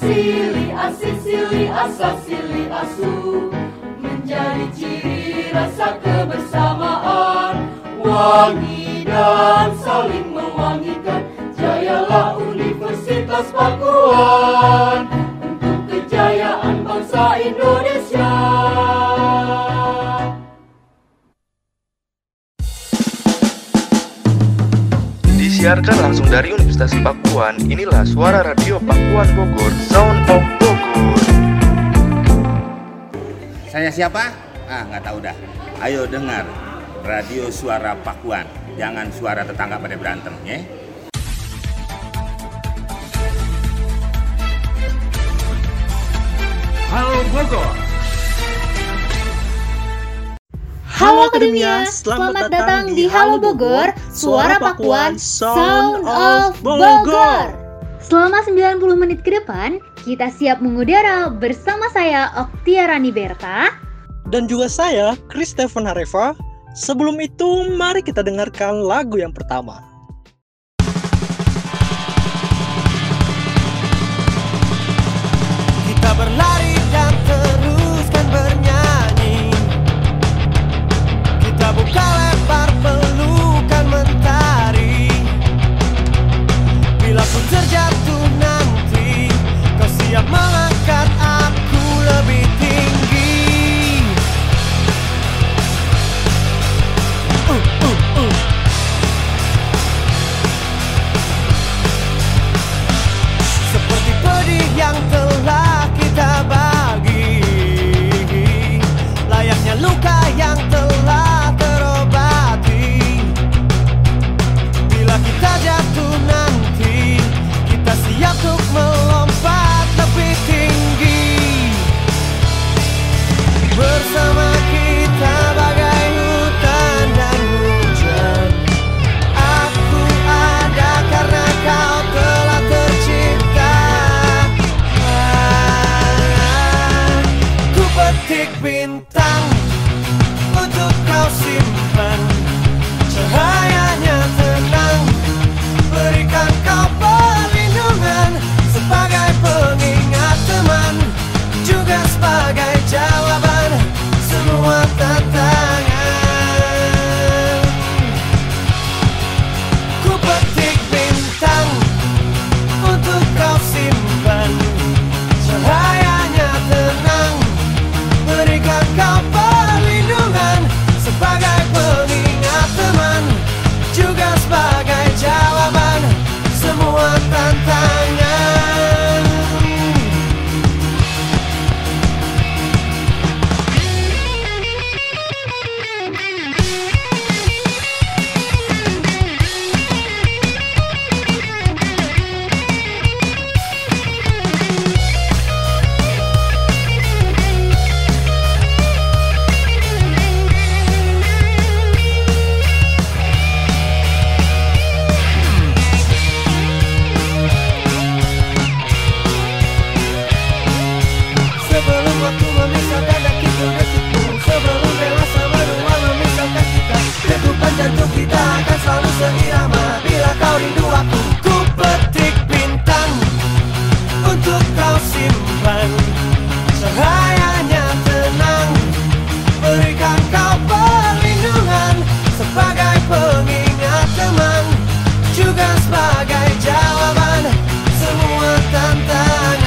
Asili, asisili, asasili, asu, menjadi ciri rasa kebersamaan, wangi dan saling mewangikan. Jayalah Universitas Pakuan untuk kejayaan bangsa Indonesia. Disiarkan langsung dari Universitas Pakuan, inilah suara radio Pakuan Bogor, Sound of Bogor. Saya siapa? Nggak tahu dah. Ayo dengar radio suara Pakuan. Jangan suara tetangga pada berantem, ya. Halo Bogor. Halo Akademia, selamat datang di Halo Bogor, Suara Pakuan, Sound of Bogor. Selama 90 menit ke depan, kita siap mengudara bersama saya Oktiarani Berta dan juga saya Chris Stephen Hareva. Sebelum itu, mari kita dengarkan lagu yang pertama. Kita berlari dan teruskan bernyanyi. Kita buka lebar pelukan mentari. Bila pun terjatuh nanti, kau siap mengangkat aku lebih tinggi. Seperti pedih yang telah kita bagi, layaknya luka yang telah terobati. Bila kita jatuh nanti, kita siap untuk melompat lebih tinggi. Bersama kita bagai hutan dan hujan. Aku ada karena kau telah tercipta. Ku petik bintang untuk kau simpan. Cahayanya tenang, berikan kau perlindungan. Sebagai pengingat teman, juga sebagai jawaban semua tantangan. Ku petik bintang untuk kau simpan. Cahayanya tenang, berikan kau perlindungan. Sebagai pengingat teman, juga sebagai jawaban semua tantangan. Sebelum waktu memisahkan detik detikku, sebelum rela sama dua memisahkan kita, degupan jantung kita akan selalu seirama. Bila kau rindu aku, ku petik bintang untuk kau simpan. Cahayanya tenang, berikan kau perlindungan. Sebagai pengingat teman, juga sebagai jawaban semua tantangan.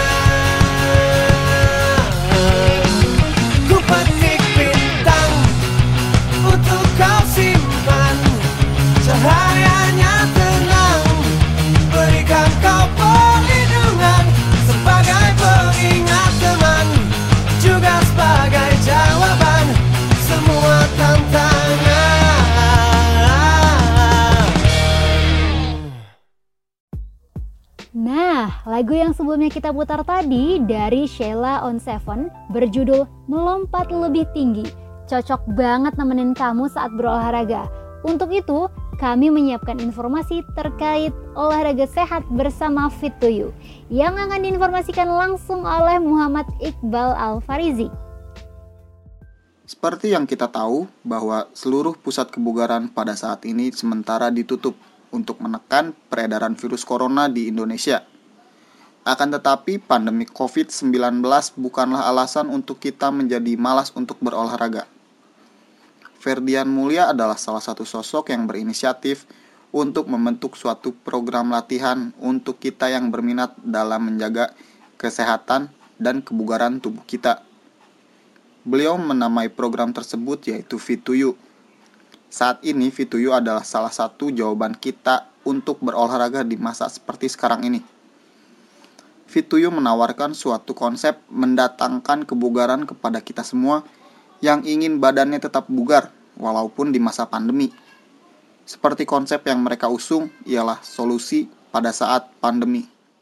Ku petik bintang untuk kau simpan. Cahayanya tenang, berikan kau perlindungan. Sebagai pengingat teman, juga sebagai jawaban semua tantangan. Nah, lagu yang sebelumnya kita putar tadi dari Sheila on Seven berjudul Melompat Lebih Tinggi. Cocok banget nemenin kamu saat berolahraga. Untuk itu, kami menyiapkan informasi terkait olahraga sehat bersama Fit to You yang akan diinformasikan langsung oleh Muhammad Iqbal Al-Farizi. Seperti yang kita tahu bahwa seluruh pusat kebugaran pada saat ini sementara ditutup untuk menekan peredaran virus corona di Indonesia. Akan tetapi, pandemi COVID-19 bukanlah alasan untuk kita menjadi malas untuk berolahraga. Ferdian Mulia adalah salah satu sosok yang berinisiatif untuk membentuk suatu program latihan untuk kita yang berminat dalam menjaga kesehatan dan kebugaran tubuh kita. Beliau menamai program tersebut yaitu Fit2You. Saat ini Fit2You adalah salah satu jawaban kita untuk berolahraga di masa seperti sekarang ini. Fit2You menawarkan suatu konsep mendatangkan kebugaran kepada kita semua yang ingin badannya tetap bugar walaupun di masa pandemi. Seperti konsep yang mereka usung ialah solusi pada saat pandemi.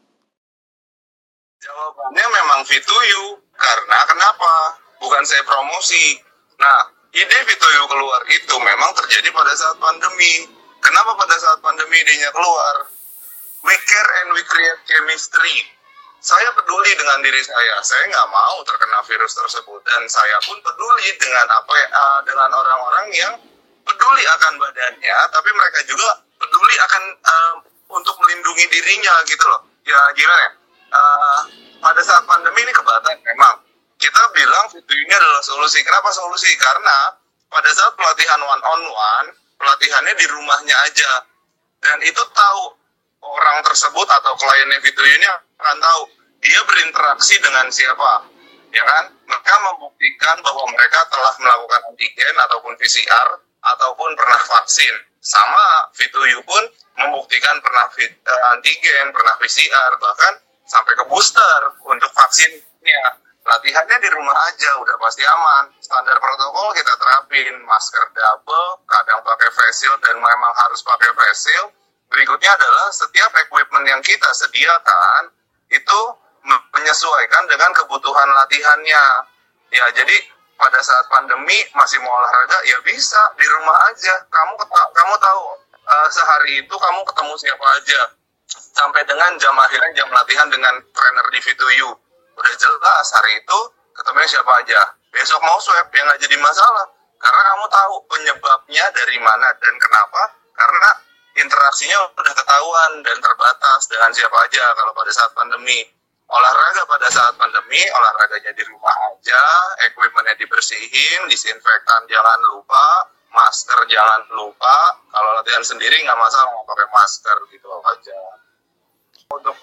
Jawabannya memang Fit2You. Karena kenapa? Bukan saya promosi. Nah, ide Fit2You keluar itu memang terjadi pada saat pandemi. Kenapa pada saat pandemi idenya keluar? We care and we create chemistry. Saya peduli dengan diri saya nggak mau terkena virus tersebut, dan saya pun peduli dengan dengan orang-orang yang peduli akan badannya, tapi mereka juga peduli akan untuk melindungi dirinya gitu loh. Ya gimana? Pada saat pandemi ini kebetulan memang kita bilang Fit2You ini adalah solusi. Kenapa solusi? Karena pada saat pelatihan one on one, pelatihannya di rumahnya aja, dan itu tahu orang tersebut atau kliennya Fit2You ini akan tahu dia berinteraksi dengan siapa, ya kan? Mereka membuktikan bahwa mereka telah melakukan antigen ataupun PCR ataupun pernah vaksin. Sama Fit2You pun membuktikan pernah antigen, pernah PCR, bahkan sampai ke booster untuk vaksinnya. Latihannya di rumah aja, udah pasti aman. Standar protokol kita terapin, masker double, kadang pakai face shield dan memang harus pakai face shield. Berikutnya adalah setiap equipment yang kita sediakan itu menyesuaikan dengan kebutuhan latihannya. Ya, jadi pada saat pandemi masih mau olahraga, ya bisa di rumah aja. Kamu tahu sehari itu kamu ketemu siapa aja. Sampai dengan jam akhirnya jam latihan dengan trainer di Fit2You. Udah jelas hari itu ketemunya siapa aja. Besok mau swab ya nggak jadi masalah. Karena kamu tahu penyebabnya dari mana dan kenapa. Karena interaksinya udah ketahuan dan terbatas dengan siapa aja kalau pada saat pandemi. Olahraga pada saat pandemi, olahraganya di rumah aja, equipmentnya dibersihin, disinfektan jangan lupa, masker jangan lupa. Kalau latihan sendiri nggak masalah, nggak pakai masker gitu aja. Untuk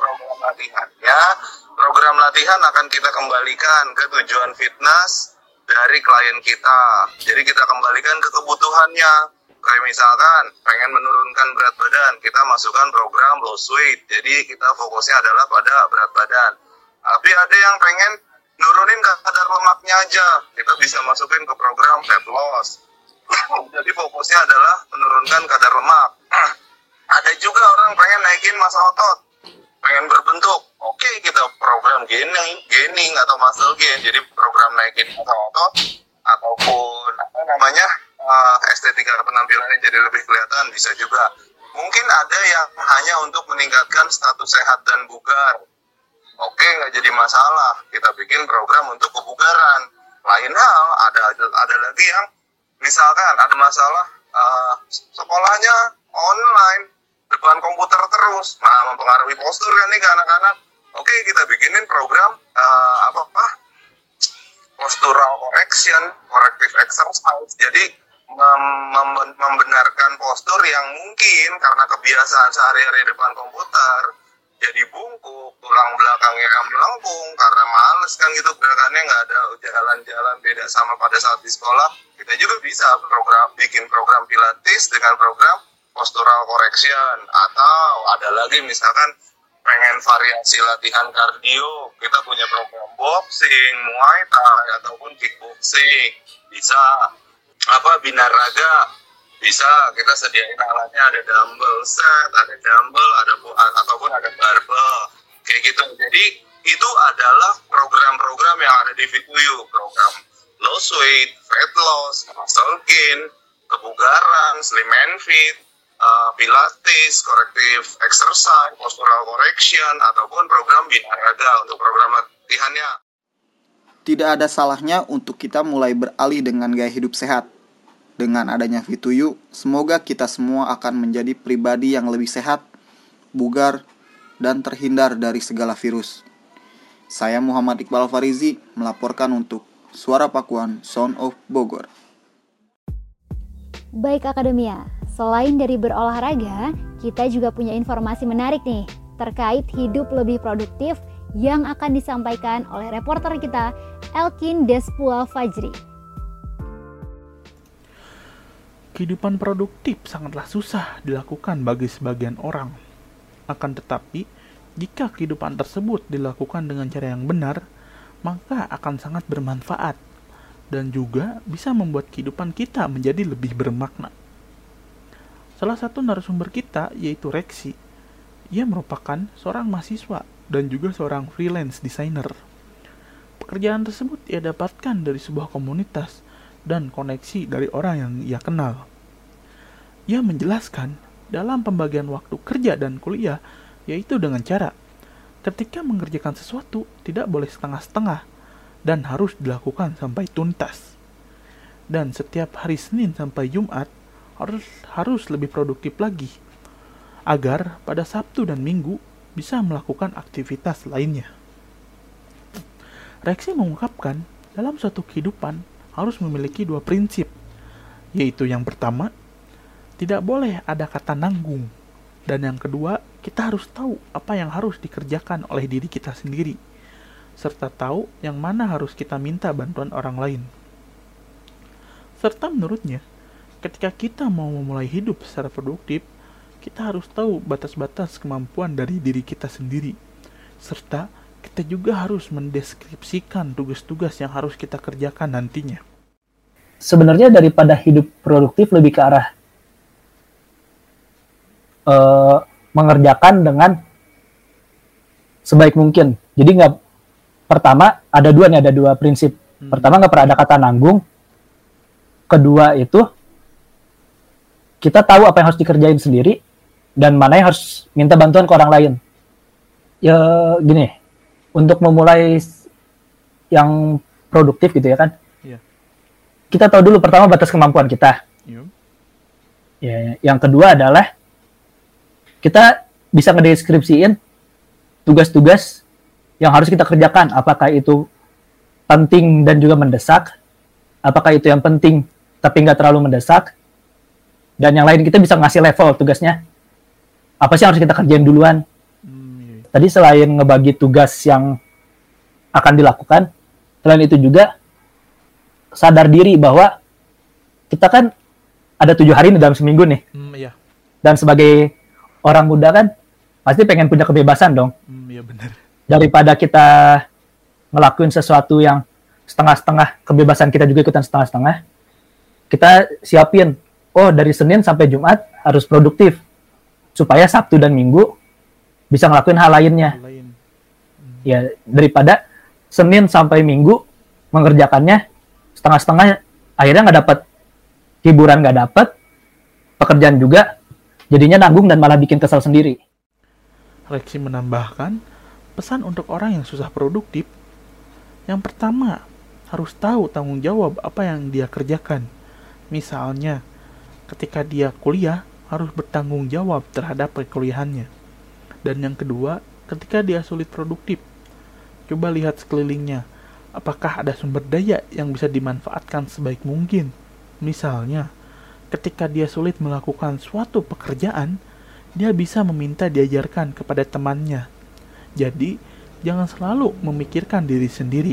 program latihan akan kita kembalikan ke tujuan fitness dari klien kita. Jadi kita kembalikan ke kebutuhannya. Kayak misalkan pengen menurunkan berat badan, kita masukkan program loss weight. Jadi kita fokusnya adalah pada berat badan. Tapi ada yang pengen nurunin kadar lemaknya aja, kita bisa masukin ke program fat loss. Jadi fokusnya adalah menurunkan kadar lemak. Ada juga orang pengen naikin massa otot, pengen berbentuk. Oke, kita program gaining atau muscle gain. Jadi program naikin massa otot ataupun estetika penampilannya jadi lebih kelihatan, bisa juga. Mungkin ada yang hanya untuk meningkatkan status sehat dan bugar. Oke, nggak jadi masalah. Kita bikin program untuk kebugaran. Lain hal, ada lagi yang misalkan ada masalah sekolahnya online, depan komputer terus, mempengaruhi postur kan nih ke anak-anak. Oke, kita bikinin program postural correction, corrective exercise. Jadi membenarkan postur yang mungkin karena kebiasaan sehari-hari depan komputer jadi bungkuk, tulang belakangnya melengkung karena males kan gitu, gerakannya nggak ada jalan-jalan, beda sama pada saat di sekolah. Kita juga bisa bikin program pilates dengan program postural correction. Atau ada lagi misalkan pengen variasi latihan kardio, kita punya program boxing, muay thai ataupun kickboxing. Bisa binaraga, bisa kita sediain alatnya, ada dumbbell set, ada dumbbell, ataupun ada barbell kayak gitu. Jadi itu adalah program-program yang ada di Fit2You, program loss weight, fat loss, muscle gain, kebugaran, slim and fit, pilates, corrective exercise, postural correction, ataupun program binaraga untuk program latihannya. Tidak ada salahnya untuk kita mulai beralih dengan gaya hidup sehat. Dengan adanya Fit2You, semoga kita semua akan menjadi pribadi yang lebih sehat, bugar, dan terhindar dari segala virus. Saya Muhammad Iqbal Farizi melaporkan untuk Suara Pakuan Sound of Bogor. Baik Akademia, selain dari berolahraga, kita juga punya informasi menarik nih terkait hidup lebih produktif yang akan disampaikan oleh reporter kita, Elkin Despua Fajri. Kehidupan produktif sangatlah susah dilakukan bagi sebagian orang. Akan tetapi, jika kehidupan tersebut dilakukan dengan cara yang benar, maka akan sangat bermanfaat dan juga bisa membuat kehidupan kita menjadi lebih bermakna. Salah satu narasumber kita yaitu Reksi. Ia merupakan seorang mahasiswa dan juga seorang freelance designer. Pekerjaan tersebut ia dapatkan dari sebuah komunitas dan koneksi dari orang yang ia kenal. Ia menjelaskan dalam pembagian waktu kerja dan kuliah yaitu dengan cara ketika mengerjakan sesuatu tidak boleh setengah-setengah dan harus dilakukan sampai tuntas. Dan setiap hari Senin sampai Jumat harus lebih produktif lagi agar pada Sabtu dan Minggu bisa melakukan aktivitas lainnya. Reksi mengungkapkan dalam suatu kehidupan harus memiliki 2 prinsip, yaitu yang pertama, tidak boleh ada kata nanggung, dan yang kedua, kita harus tahu apa yang harus dikerjakan oleh diri kita sendiri, serta tahu yang mana harus kita minta bantuan orang lain. Serta menurutnya, ketika kita mau memulai hidup secara produktif, kita harus tahu batas-batas kemampuan dari diri kita sendiri, serta kita juga harus mendeskripsikan tugas-tugas yang harus kita kerjakan nantinya. Sebenarnya daripada hidup produktif lebih ke arah mengerjakan dengan sebaik mungkin. Jadi pertama ada dua prinsip. Pertama, nggak pernah ada kata nanggung. Kedua itu kita tahu apa yang harus dikerjain sendiri dan mana yang harus minta bantuan ke orang lain. Ya gini, untuk memulai yang produktif gitu ya kan. Yeah. Kita tahu dulu pertama batas kemampuan kita. Yeah. Ya, yang kedua adalah kita bisa ngedeskripsiin tugas-tugas yang harus kita kerjakan. Apakah itu penting dan juga mendesak? Apakah itu yang penting tapi nggak terlalu mendesak? Dan yang lain kita bisa ngasih level tugasnya. Apa sih yang harus kita kerjain duluan? Tadi selain ngebagi tugas yang akan dilakukan, selain itu juga sadar diri bahwa kita kan ada 7 hari dalam seminggu nih. Iya. Dan sebagai orang muda kan pasti pengen punya kebebasan dong. Iya benar. Daripada kita ngelakuin sesuatu yang setengah-setengah, kebebasan kita juga ikutan setengah-setengah, kita siapin, dari Senin sampai Jumat harus produktif, supaya Sabtu dan Minggu bisa ngelakuin hal lainnya. Ya, daripada Senin sampai Minggu mengerjakannya setengah-setengah, akhirnya nggak dapat hiburan, nggak dapat pekerjaan juga, jadinya nanggung dan malah bikin kesal sendiri. Reksi menambahkan, pesan untuk orang yang susah produktif, yang pertama, harus tahu tanggung jawab apa yang dia kerjakan. Misalnya, ketika dia kuliah, harus bertanggung jawab terhadap perkuliahannya. Dan yang kedua, ketika dia sulit produktif, coba lihat sekelilingnya, apakah ada sumber daya yang bisa dimanfaatkan sebaik mungkin. Misalnya, ketika dia sulit melakukan suatu pekerjaan, dia bisa meminta diajarkan kepada temannya. Jadi, jangan selalu memikirkan diri sendiri.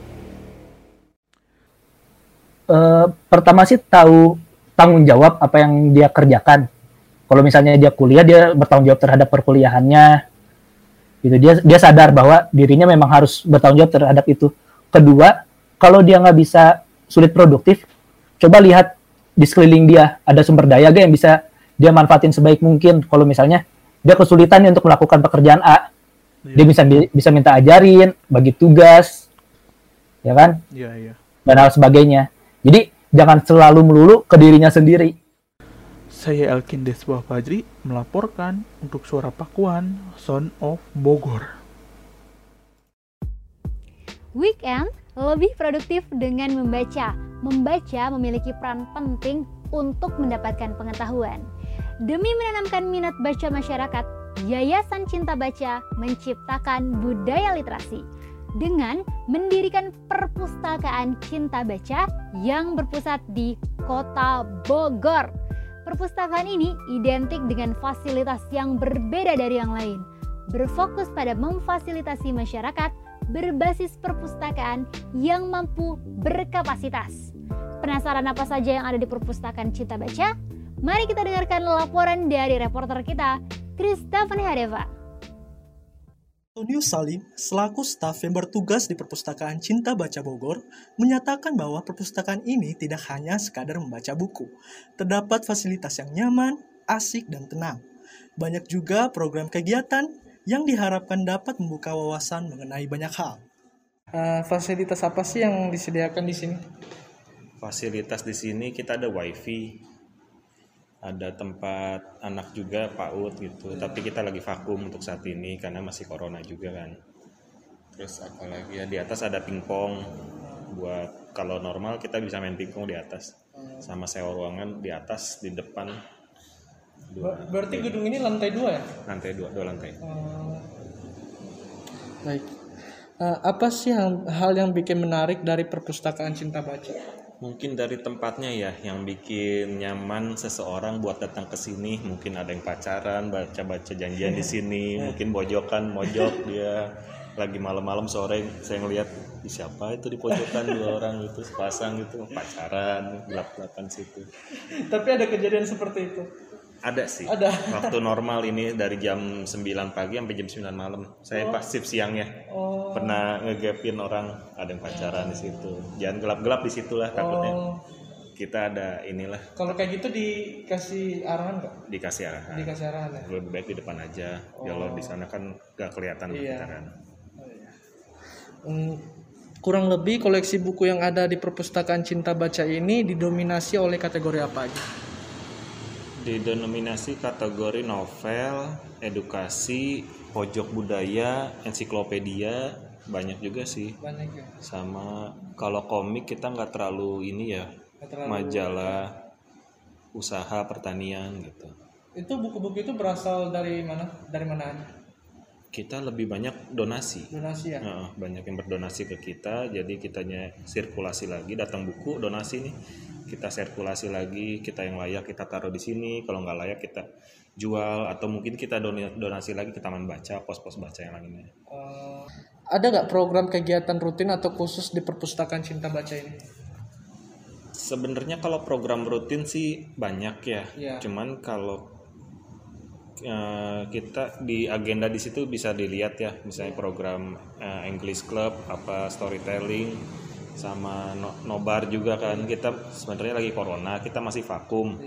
Pertama sih tahu tanggung jawab apa yang dia kerjakan. Kalau misalnya dia kuliah, dia bertanggung jawab terhadap perkuliahannya. Gitu. Dia sadar bahwa dirinya memang harus bertanggung jawab terhadap itu. Kedua, kalau dia nggak bisa sulit produktif, coba lihat di sekeliling dia ada sumber daya yang bisa dia manfaatin sebaik mungkin. Kalau misalnya dia kesulitan untuk melakukan pekerjaan A, dia bisa minta ajarin, bagi tugas, ya kan? Iya. Dan hal sebagainya. Jadi jangan selalu melulu ke dirinya sendiri. Saya Elkin Despua Fajri melaporkan untuk Suara Pakuan Sound of Bogor. Weekend lebih produktif dengan membaca. Membaca memiliki peran penting untuk mendapatkan pengetahuan. Demi menanamkan minat baca masyarakat, Yayasan Cinta Baca menciptakan budaya literasi dengan mendirikan perpustakaan Cinta Baca yang berpusat di Kota Bogor. Perpustakaan ini identik dengan fasilitas yang berbeda dari yang lain, berfokus pada memfasilitasi masyarakat berbasis perpustakaan yang mampu berkapasitas. Penasaran apa saja yang ada di perpustakaan Cinta Baca? Mari kita dengarkan laporan dari reporter kita, Kristen Hadeva. Antonius Salim, selaku staf yang bertugas di Perpustakaan Cinta Baca Bogor, menyatakan bahwa perpustakaan ini tidak hanya sekadar membaca buku. Terdapat fasilitas yang nyaman, asik, dan tenang. Banyak juga program kegiatan yang diharapkan dapat membuka wawasan mengenai banyak hal. Fasilitas apa sih yang disediakan di sini? Fasilitas di sini kita ada wifi, ada tempat anak juga PAUD gitu, tapi kita lagi vakum untuk saat ini karena masih corona juga kan. Terus apalagi ya, di atas ada pingpong buat kalau normal kita bisa main pingpong di atas, sama sewa ruangan di atas, di depan. Berarti gedung ini lantai 2 ya? Lantai 2 lantai. Baik. Apa sih hal yang bikin menarik dari perpustakaan Cinta Baca? Mungkin dari tempatnya ya, yang bikin nyaman seseorang buat datang ke sini. Mungkin ada yang pacaran, baca-baca janjian di sini, mungkin mojok dia lagi malam-malam sore saya ngelihat siapa itu di pojokan 2 orang itu sepasang itu pacaran gelap-gelapan situ. Tapi ada kejadian seperti itu? Ada sih. Ada. Waktu normal ini dari jam 9 pagi sampai jam 9 malam. Saya pas shift siangnya. Pernah ngegapin orang ada yang pacaran di situ. Jangan gelap-gelap di situ lah takutnya. Kita ada inilah. Kalau kayak gitu dikasih arahan nggak? Dikasih arahan. Dikasih arahan ya. Lebih baik di depan aja. Kalau di sana kan nggak kelihatan kita kan. Kurang lebih koleksi buku yang ada di perpustakaan Cinta Baca ini didominasi oleh kategori apa aja? Didominasi kategori novel, edukasi, pojok budaya, ensiklopedia, banyak juga sih. Banyak ya. Sama kalau komik kita nggak terlalu ini ya, majalah, usaha, pertanian gitu. Itu buku-buku itu berasal dari mana? Dari mana aja? Kita lebih banyak donasi. Donasi ya? Banyak yang berdonasi ke kita, jadi kitanya sirkulasi lagi, datang buku donasi nih, kita sirkulasi lagi, kita yang layak kita taruh di sini, kalau nggak layak kita jual, atau mungkin kita donasi lagi ke taman baca, pos-pos baca yang lainnya. Ada nggak program kegiatan rutin atau khusus di perpustakaan Cinta Baca ini? Sebenarnya kalau program rutin sih banyak ya. Cuman kalau kita di agenda di situ bisa dilihat ya, misalnya program English Club, apa storytelling, sama nobar juga kan. Kita sebenarnya lagi corona, kita masih vakum.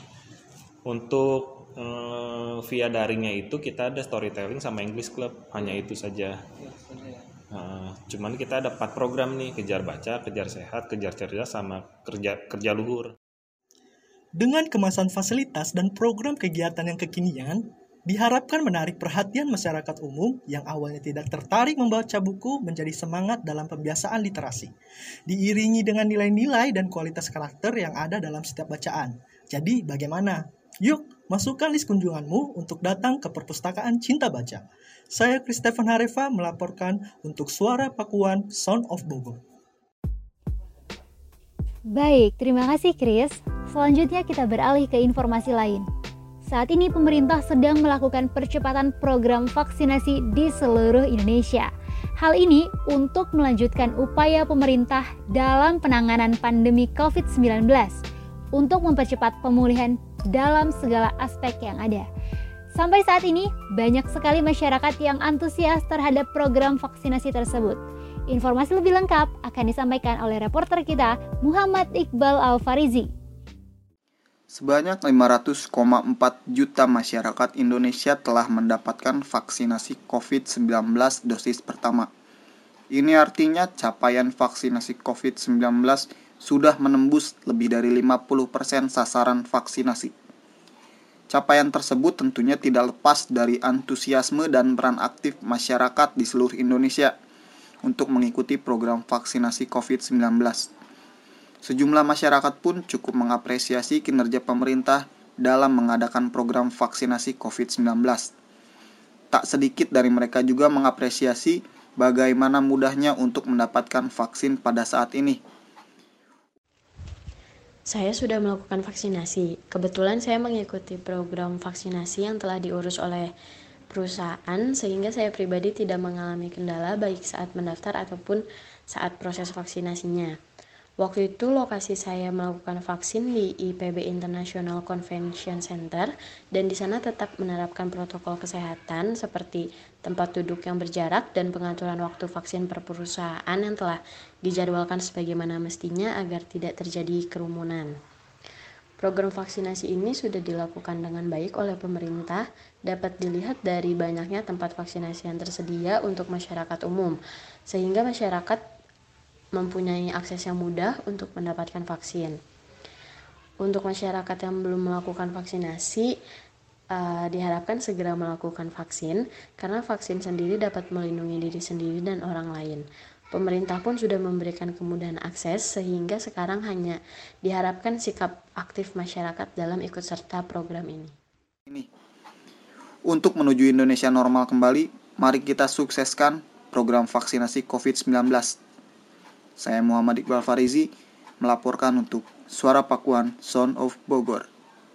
Untuk via daringnya itu kita ada storytelling sama English Club, hanya itu saja. Cuman kita ada 4 program nih, kejar baca, kejar sehat, kejar cerdas, sama kerja luhur. Dengan kemasan fasilitas dan program kegiatan yang kekinian, diharapkan menarik perhatian masyarakat umum yang awalnya tidak tertarik membaca buku menjadi semangat dalam pembiasaan literasi, diiringi dengan nilai-nilai dan kualitas karakter yang ada dalam setiap bacaan. Jadi bagaimana? Yuk, masukkan list kunjunganmu untuk datang ke Perpustakaan Cinta Baca. Saya Kristen Hadeva melaporkan untuk Suara Pakuan Sound of Bogor. Baik, terima kasih Chris. Selanjutnya kita beralih ke informasi lain. Saat ini pemerintah sedang melakukan percepatan program vaksinasi di seluruh Indonesia. Hal ini untuk melanjutkan upaya pemerintah dalam penanganan pandemi COVID-19 untuk mempercepat pemulihan dalam segala aspek yang ada. Sampai saat ini, banyak sekali masyarakat yang antusias terhadap program vaksinasi tersebut. Informasi lebih lengkap akan disampaikan oleh reporter kita, Muhammad Iqbal Al-Farizi. Sebanyak 500,4 juta masyarakat Indonesia telah mendapatkan vaksinasi COVID-19 dosis pertama. Ini artinya capaian vaksinasi COVID-19 sudah menembus lebih dari 50% sasaran vaksinasi. Capaian tersebut tentunya tidak lepas dari antusiasme dan peran aktif masyarakat di seluruh Indonesia untuk mengikuti program vaksinasi COVID-19. Sejumlah masyarakat pun cukup mengapresiasi kinerja pemerintah dalam mengadakan program vaksinasi COVID-19. Tak sedikit dari mereka juga mengapresiasi bagaimana mudahnya untuk mendapatkan vaksin pada saat ini. Saya sudah melakukan vaksinasi. Kebetulan saya mengikuti program vaksinasi yang telah diurus oleh perusahaan, sehingga saya pribadi tidak mengalami kendala baik saat mendaftar ataupun saat proses vaksinasinya. Waktu itu lokasi saya melakukan vaksin di IPB International Convention Center, dan di sana tetap menerapkan protokol kesehatan seperti tempat duduk yang berjarak dan pengaturan waktu vaksin per perusahaan yang telah dijadwalkan sebagaimana mestinya agar tidak terjadi kerumunan. Program vaksinasi ini sudah dilakukan dengan baik oleh pemerintah, dapat dilihat dari banyaknya tempat vaksinasi yang tersedia untuk masyarakat umum, sehingga masyarakat mempunyai akses yang mudah untuk mendapatkan vaksin. Untuk masyarakat yang belum melakukan vaksinasi, diharapkan segera melakukan vaksin, karena vaksin sendiri dapat melindungi diri sendiri dan orang lain. Pemerintah pun sudah memberikan kemudahan akses, sehingga sekarang hanya diharapkan sikap aktif masyarakat dalam ikut serta program ini. Untuk menuju Indonesia normal kembali, mari kita sukseskan program vaksinasi COVID-19. Saya Muhammad Iqbal Farizi melaporkan untuk Suara Pakuan Sound of Bogor.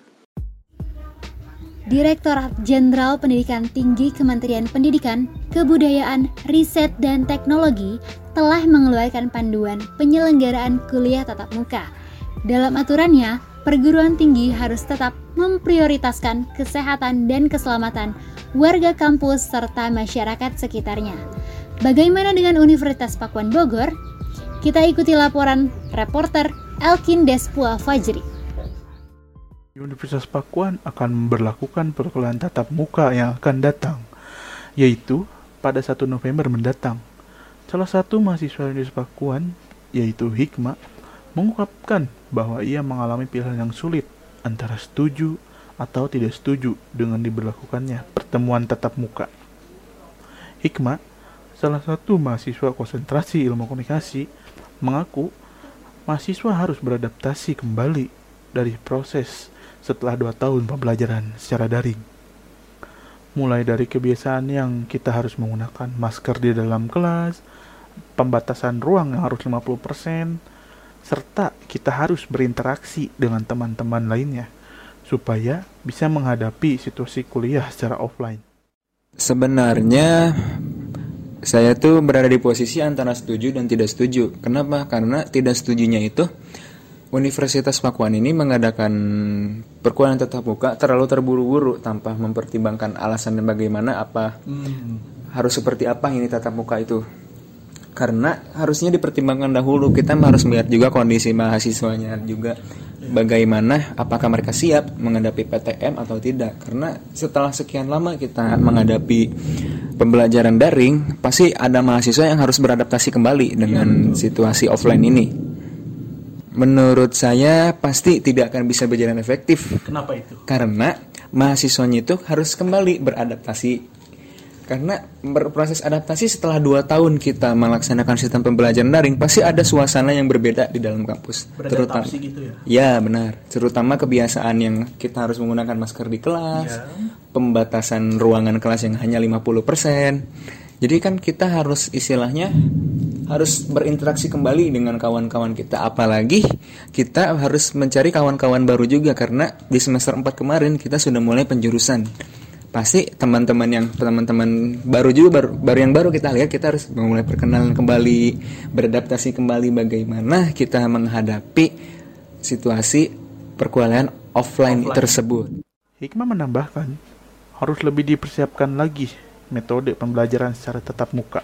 Direktorat Jenderal Pendidikan Tinggi Kementerian Pendidikan, Kebudayaan, Riset, dan Teknologi telah mengeluarkan panduan penyelenggaraan kuliah tatap muka. Dalam aturannya, perguruan tinggi harus tetap memprioritaskan kesehatan dan keselamatan warga kampus serta masyarakat sekitarnya. Bagaimana dengan Universitas Pakuan Bogor? Kita ikuti laporan reporter Elkin Despua Fajri. Universitas Pakuan akan memberlakukan perkuliahan tatap muka yang akan datang, yaitu pada 1 November mendatang. Salah satu mahasiswa Universitas Pakuan, yaitu Hikmah, mengungkapkan bahwa ia mengalami pilihan yang sulit antara setuju atau tidak setuju dengan diberlakukannya pertemuan tatap muka. Hikmah, salah satu mahasiswa konsentrasi ilmu komunikasi, mengaku mahasiswa harus beradaptasi kembali dari proses setelah 2 tahun pembelajaran secara daring. Mulai dari kebiasaan yang kita harus menggunakan masker di dalam kelas, pembatasan ruang yang harus 50%, serta kita harus berinteraksi dengan teman-teman lainnya supaya bisa menghadapi situasi kuliah secara offline. Sebenarnya saya tuh berada di posisi antara setuju dan tidak setuju. Kenapa? Karena tidak setujunya itu Universitas Pakuan ini mengadakan perkuliahan tatap muka terlalu terburu-buru tanpa mempertimbangkan alasan dan bagaimana harus seperti apa ini tatap muka itu. Karena harusnya dipertimbangkan dahulu, kita harus melihat juga kondisi mahasiswanya juga, bagaimana apakah mereka siap menghadapi PTM atau tidak. Karena setelah sekian lama kita menghadapi pembelajaran daring, pasti ada mahasiswa yang harus beradaptasi kembali dengan situasi offline ini. Menurut saya pasti tidak akan bisa berjalan efektif. Kenapa itu? Karena mahasiswanya itu harus kembali beradaptasi. Karena berproses adaptasi setelah 2 tahun kita melaksanakan sistem pembelajaran daring, pasti ada suasana yang berbeda di dalam kampus. Beradaptasi gitu ya? Ya benar, terutama kebiasaan yang kita harus menggunakan masker di kelas, pembatasan ruangan kelas yang hanya 50%. Jadi kan kita harus istilahnya harus berinteraksi kembali dengan kawan-kawan kita. Apalagi kita harus mencari kawan-kawan baru juga, karena di semester 4 kemarin kita sudah mulai penjurusan. Pasti teman-teman baru juga baru kita lihat, kita harus mulai perkenalan kembali, beradaptasi kembali bagaimana kita menghadapi situasi perkuliahan offline tersebut. Hikmah menambahkan, harus lebih dipersiapkan lagi metode pembelajaran secara tatap muka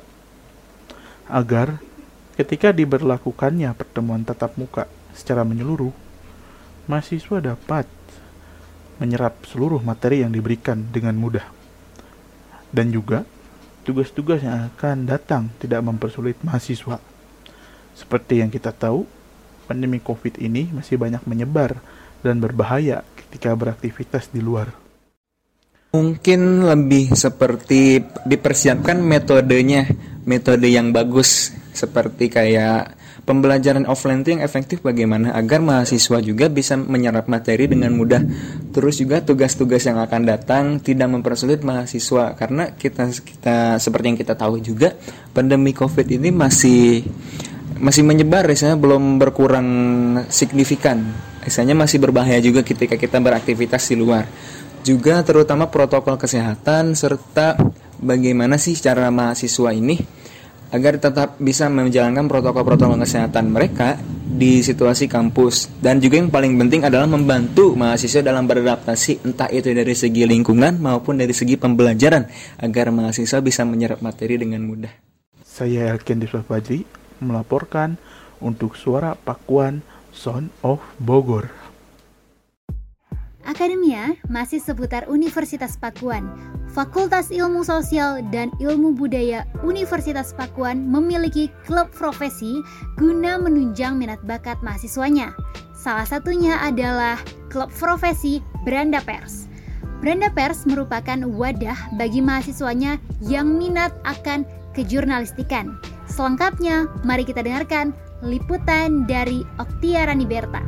agar ketika diberlakukannya pertemuan tatap muka secara menyeluruh, mahasiswa dapat menyerap seluruh materi yang diberikan dengan mudah. Dan juga, tugas-tugas yang akan datang tidak mempersulit mahasiswa. Seperti yang kita tahu, pandemi COVID ini masih banyak menyebar dan berbahaya ketika beraktivitas di luar. Mungkin lebih seperti dipersiapkan metodenya, metode yang bagus, seperti kayak pembelajaran offline itu yang efektif bagaimana agar mahasiswa juga bisa menyerap materi dengan mudah. Terus juga tugas-tugas yang akan datang tidak mempersulit mahasiswa, karena kita seperti yang kita tahu juga pandemi COVID ini masih menyebar, misalnya belum berkurang signifikan. Misalnya masih berbahaya juga ketika kita beraktivitas di luar. Juga terutama protokol kesehatan serta bagaimana sih cara mahasiswa ini agar tetap bisa menjalankan protokol-protokol kesehatan mereka di situasi kampus. Dan juga yang paling penting adalah membantu mahasiswa dalam beradaptasi, entah itu dari segi lingkungan maupun dari segi pembelajaran, agar mahasiswa bisa menyerap materi dengan mudah. Saya Elkian Diswa Fajri melaporkan untuk Suara Pakuan Sound of Bogor. Akademia masih seputar Universitas Pakuan. Fakultas Ilmu Sosial dan Ilmu Budaya Universitas Pakuan memiliki klub profesi guna menunjang minat bakat mahasiswanya. Salah satunya adalah klub profesi Beranda Pers. Beranda Pers merupakan wadah bagi mahasiswanya yang minat akan kejurnalistikan. Selengkapnya, mari kita dengarkan liputan dari Oktiarani Berta.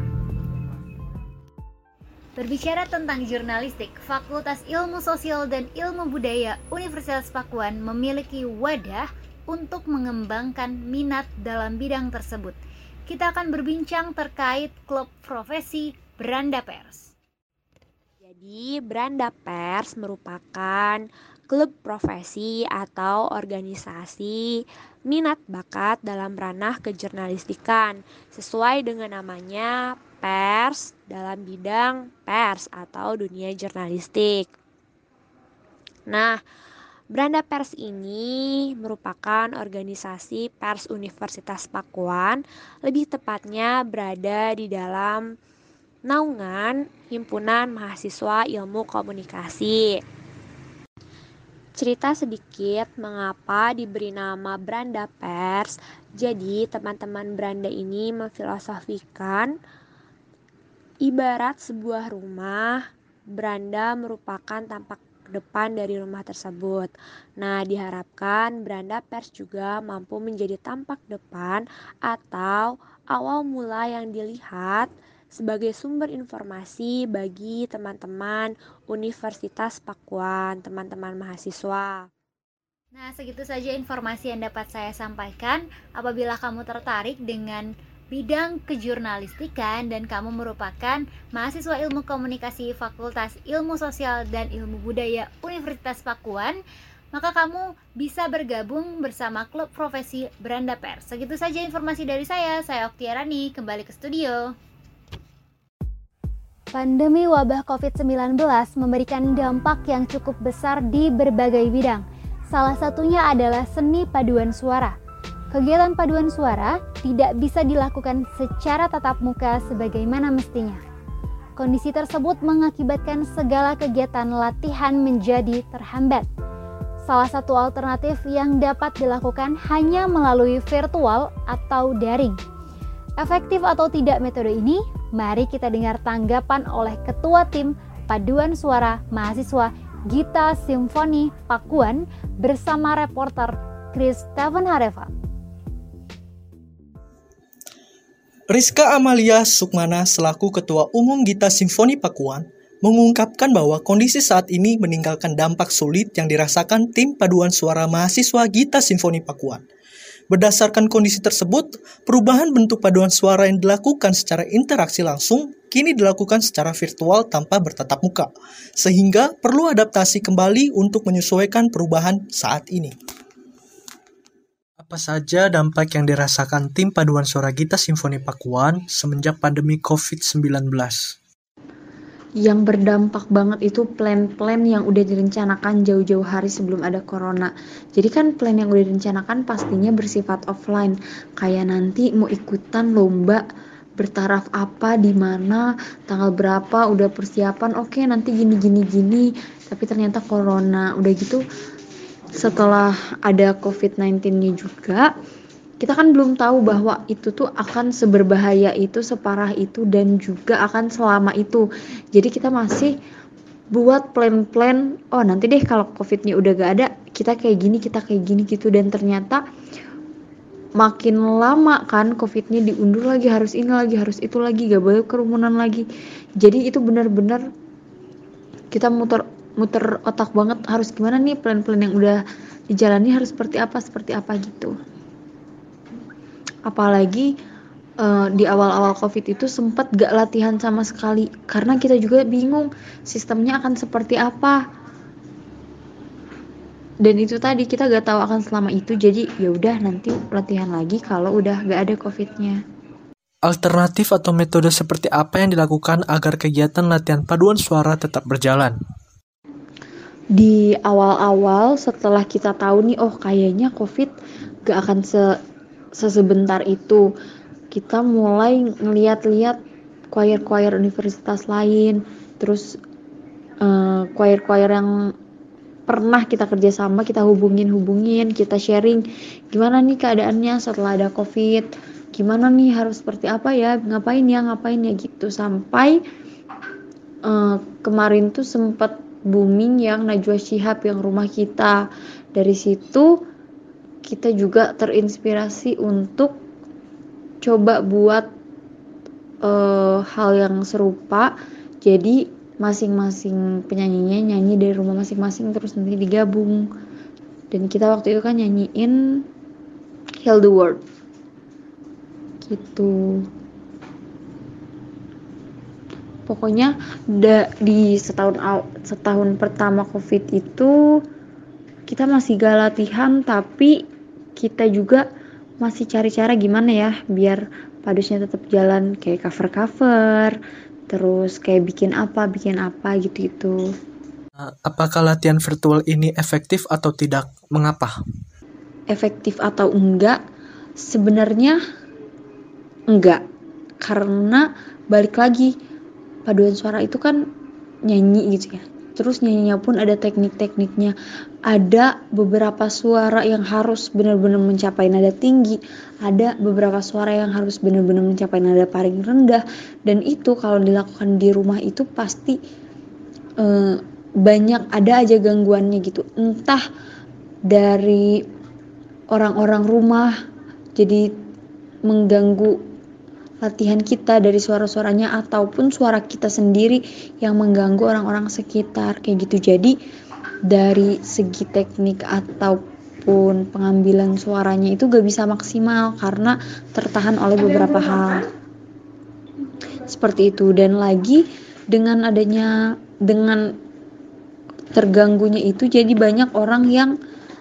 Berbicara tentang jurnalistik, Fakultas Ilmu Sosial dan Ilmu Budaya Universitas Pakuan memiliki wadah untuk mengembangkan minat dalam bidang tersebut. Kita akan berbincang terkait klub profesi Beranda Pers. Jadi, Beranda Pers merupakan klub profesi atau organisasi minat bakat dalam ranah kejurnalistikan. Sesuai dengan namanya, pers dalam bidang pers atau dunia jurnalistik. Nah, Beranda Pers ini merupakan organisasi pers Universitas Pakuan, lebih tepatnya berada di dalam naungan Himpunan Mahasiswa Ilmu Komunikasi. Cerita sedikit mengapa diberi nama Beranda Pers. Jadi teman-teman Beranda ini memfilosofikan ibarat sebuah rumah, beranda merupakan tampak depan dari rumah tersebut. Nah, diharapkan Beranda Pers juga mampu menjadi tampak depan atau awal mula yang dilihat sebagai sumber informasi bagi teman-teman Universitas Pakuan, teman-teman mahasiswa. Nah, segitu saja informasi yang dapat saya sampaikan. Apabila kamu tertarik dengan bidang kejurnalistikan dan kamu merupakan mahasiswa ilmu komunikasi Fakultas Ilmu Sosial dan Ilmu Budaya Universitas Pakuan, maka kamu bisa bergabung bersama klub profesi Beranda Pers. Segitu saja informasi dari saya Oktiarani, kembali ke studio. Pandemi wabah COVID-19 memberikan dampak yang cukup besar di berbagai bidang. Salah satunya adalah seni paduan suara. Kegiatan paduan suara tidak bisa dilakukan secara tatap muka sebagaimana mestinya. Kondisi tersebut mengakibatkan segala kegiatan latihan menjadi terhambat. Salah satu alternatif yang dapat dilakukan hanya melalui virtual atau daring. Efektif atau tidak metode ini? Mari kita dengar tanggapan oleh Ketua Tim Paduan Suara Mahasiswa Gita Simfoni Pakuan bersama reporter Chris Tavenhareva. Rizka Amalia Sukmana selaku Ketua Umum Gita Simfoni Pakuan mengungkapkan bahwa kondisi saat ini meninggalkan dampak sulit yang dirasakan tim paduan suara mahasiswa Gita Simfoni Pakuan. Berdasarkan kondisi tersebut, perubahan bentuk paduan suara yang dilakukan secara interaksi langsung kini dilakukan secara virtual tanpa bertatap muka, sehingga perlu adaptasi kembali untuk menyesuaikan perubahan saat ini. Apa saja dampak yang dirasakan tim paduan suara Gita Simfoni Pakuan semenjak pandemi COVID-19? Yang berdampak banget itu plan-plan yang udah direncanakan jauh-jauh hari sebelum ada corona. Jadi kan plan yang udah direncanakan pastinya bersifat offline. Kayak nanti mau ikutan lomba bertaraf apa, di mana, tanggal berapa, udah persiapan, oke nanti gini. Tapi ternyata corona. Udah gitu setelah ada COVID-19-nya juga, kita kan belum tahu bahwa itu tuh akan seberbahaya itu, separah itu, dan juga akan selama itu. Jadi kita masih buat plan-plan, oh nanti deh kalau COVID-nya udah gak ada, kita kayak gini gitu. Dan ternyata makin lama kan COVID-nya diundur lagi, harus ini lagi, harus itu lagi, gak boleh kerumunan lagi. Jadi itu benar-benar kita muter otak banget, harus gimana nih plan-plan yang udah dijalani harus seperti apa gitu. Apalagi di awal-awal COVID itu sempat gak latihan sama sekali karena kita juga bingung sistemnya akan seperti apa. Dan itu tadi kita gak tahu akan selama itu, jadi ya udah nanti latihan lagi kalau udah gak ada COVID-nya. Alternatif atau metode seperti apa yang dilakukan agar kegiatan latihan paduan suara tetap berjalan? Di awal-awal setelah kita tahu nih, oh kayaknya COVID gak akan sesebentar itu, kita mulai ngeliat-liat choir-choir universitas lain, terus choir-choir yang pernah kita kerjasama, kita hubungin, kita sharing gimana nih keadaannya setelah ada COVID, gimana nih harus seperti apa ya, ngapain ya gitu. Sampai kemarin tuh sempat booming yang Najwa Shihab yang rumah kita. Dari situ kita juga terinspirasi untuk coba buat hal yang serupa, jadi masing-masing penyanyinya nyanyi dari rumah masing-masing terus nanti digabung. Dan kita waktu itu kan nyanyiin Heal the World gitu. Pokoknya di setahun pertama COVID itu kita masih gak latihan, tapi kita juga masih cari cara gimana ya biar padusnya tetap jalan, kayak cover terus kayak bikin apa gitu. Apakah latihan virtual ini efektif atau tidak? Mengapa? Efektif atau enggak? Sebenarnya enggak, karena balik lagi paduan suara itu kan nyanyi gitu ya. Terus nyanyinya pun ada teknik-tekniknya. Ada beberapa suara yang harus benar-benar mencapai nada tinggi. Ada beberapa suara yang harus benar-benar mencapai nada paling rendah. Dan itu kalau dilakukan di rumah itu pasti banyak ada aja gangguannya gitu. Entah dari orang-orang rumah jadi mengganggu latihan kita dari suara-suaranya, ataupun suara kita sendiri yang mengganggu orang-orang sekitar kayak gitu. Jadi dari segi teknik ataupun pengambilan suaranya itu gak bisa maksimal karena tertahan oleh beberapa hal seperti itu. Dan lagi dengan terganggunya itu, jadi banyak orang yang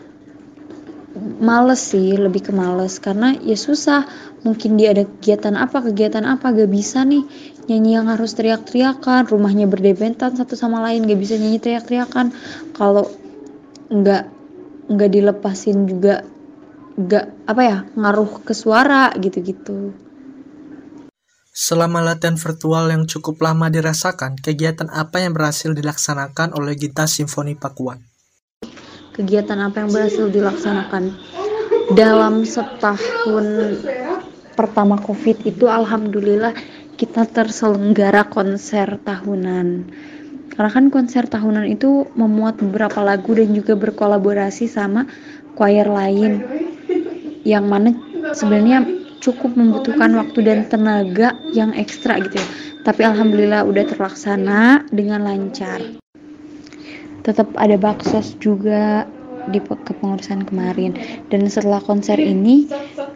males sih, lebih ke males karena ya susah. Mungkin dia ada kegiatan apa gak bisa nih nyanyi yang harus teriak-teriakan, rumahnya berdempetan satu sama lain, gak bisa nyanyi teriak-teriakan. Kalau nggak dilepasin juga nggak ngaruh ke suara gitu. Selama latihan virtual yang cukup lama dirasakan, kegiatan apa yang berhasil dilaksanakan oleh Gita Simfoni Pakuan? Kegiatan apa yang berhasil dilaksanakan dalam setahun pertama COVID itu, alhamdulillah kita terselenggara konser tahunan. Karena kan konser tahunan itu memuat beberapa lagu dan juga berkolaborasi sama choir lain, yang mana sebenarnya cukup membutuhkan waktu dan tenaga yang ekstra gitu ya. Tapi alhamdulillah udah terlaksana dengan lancar. Tetap ada baksos juga di kepengurusan kemarin. Dan setelah konser ini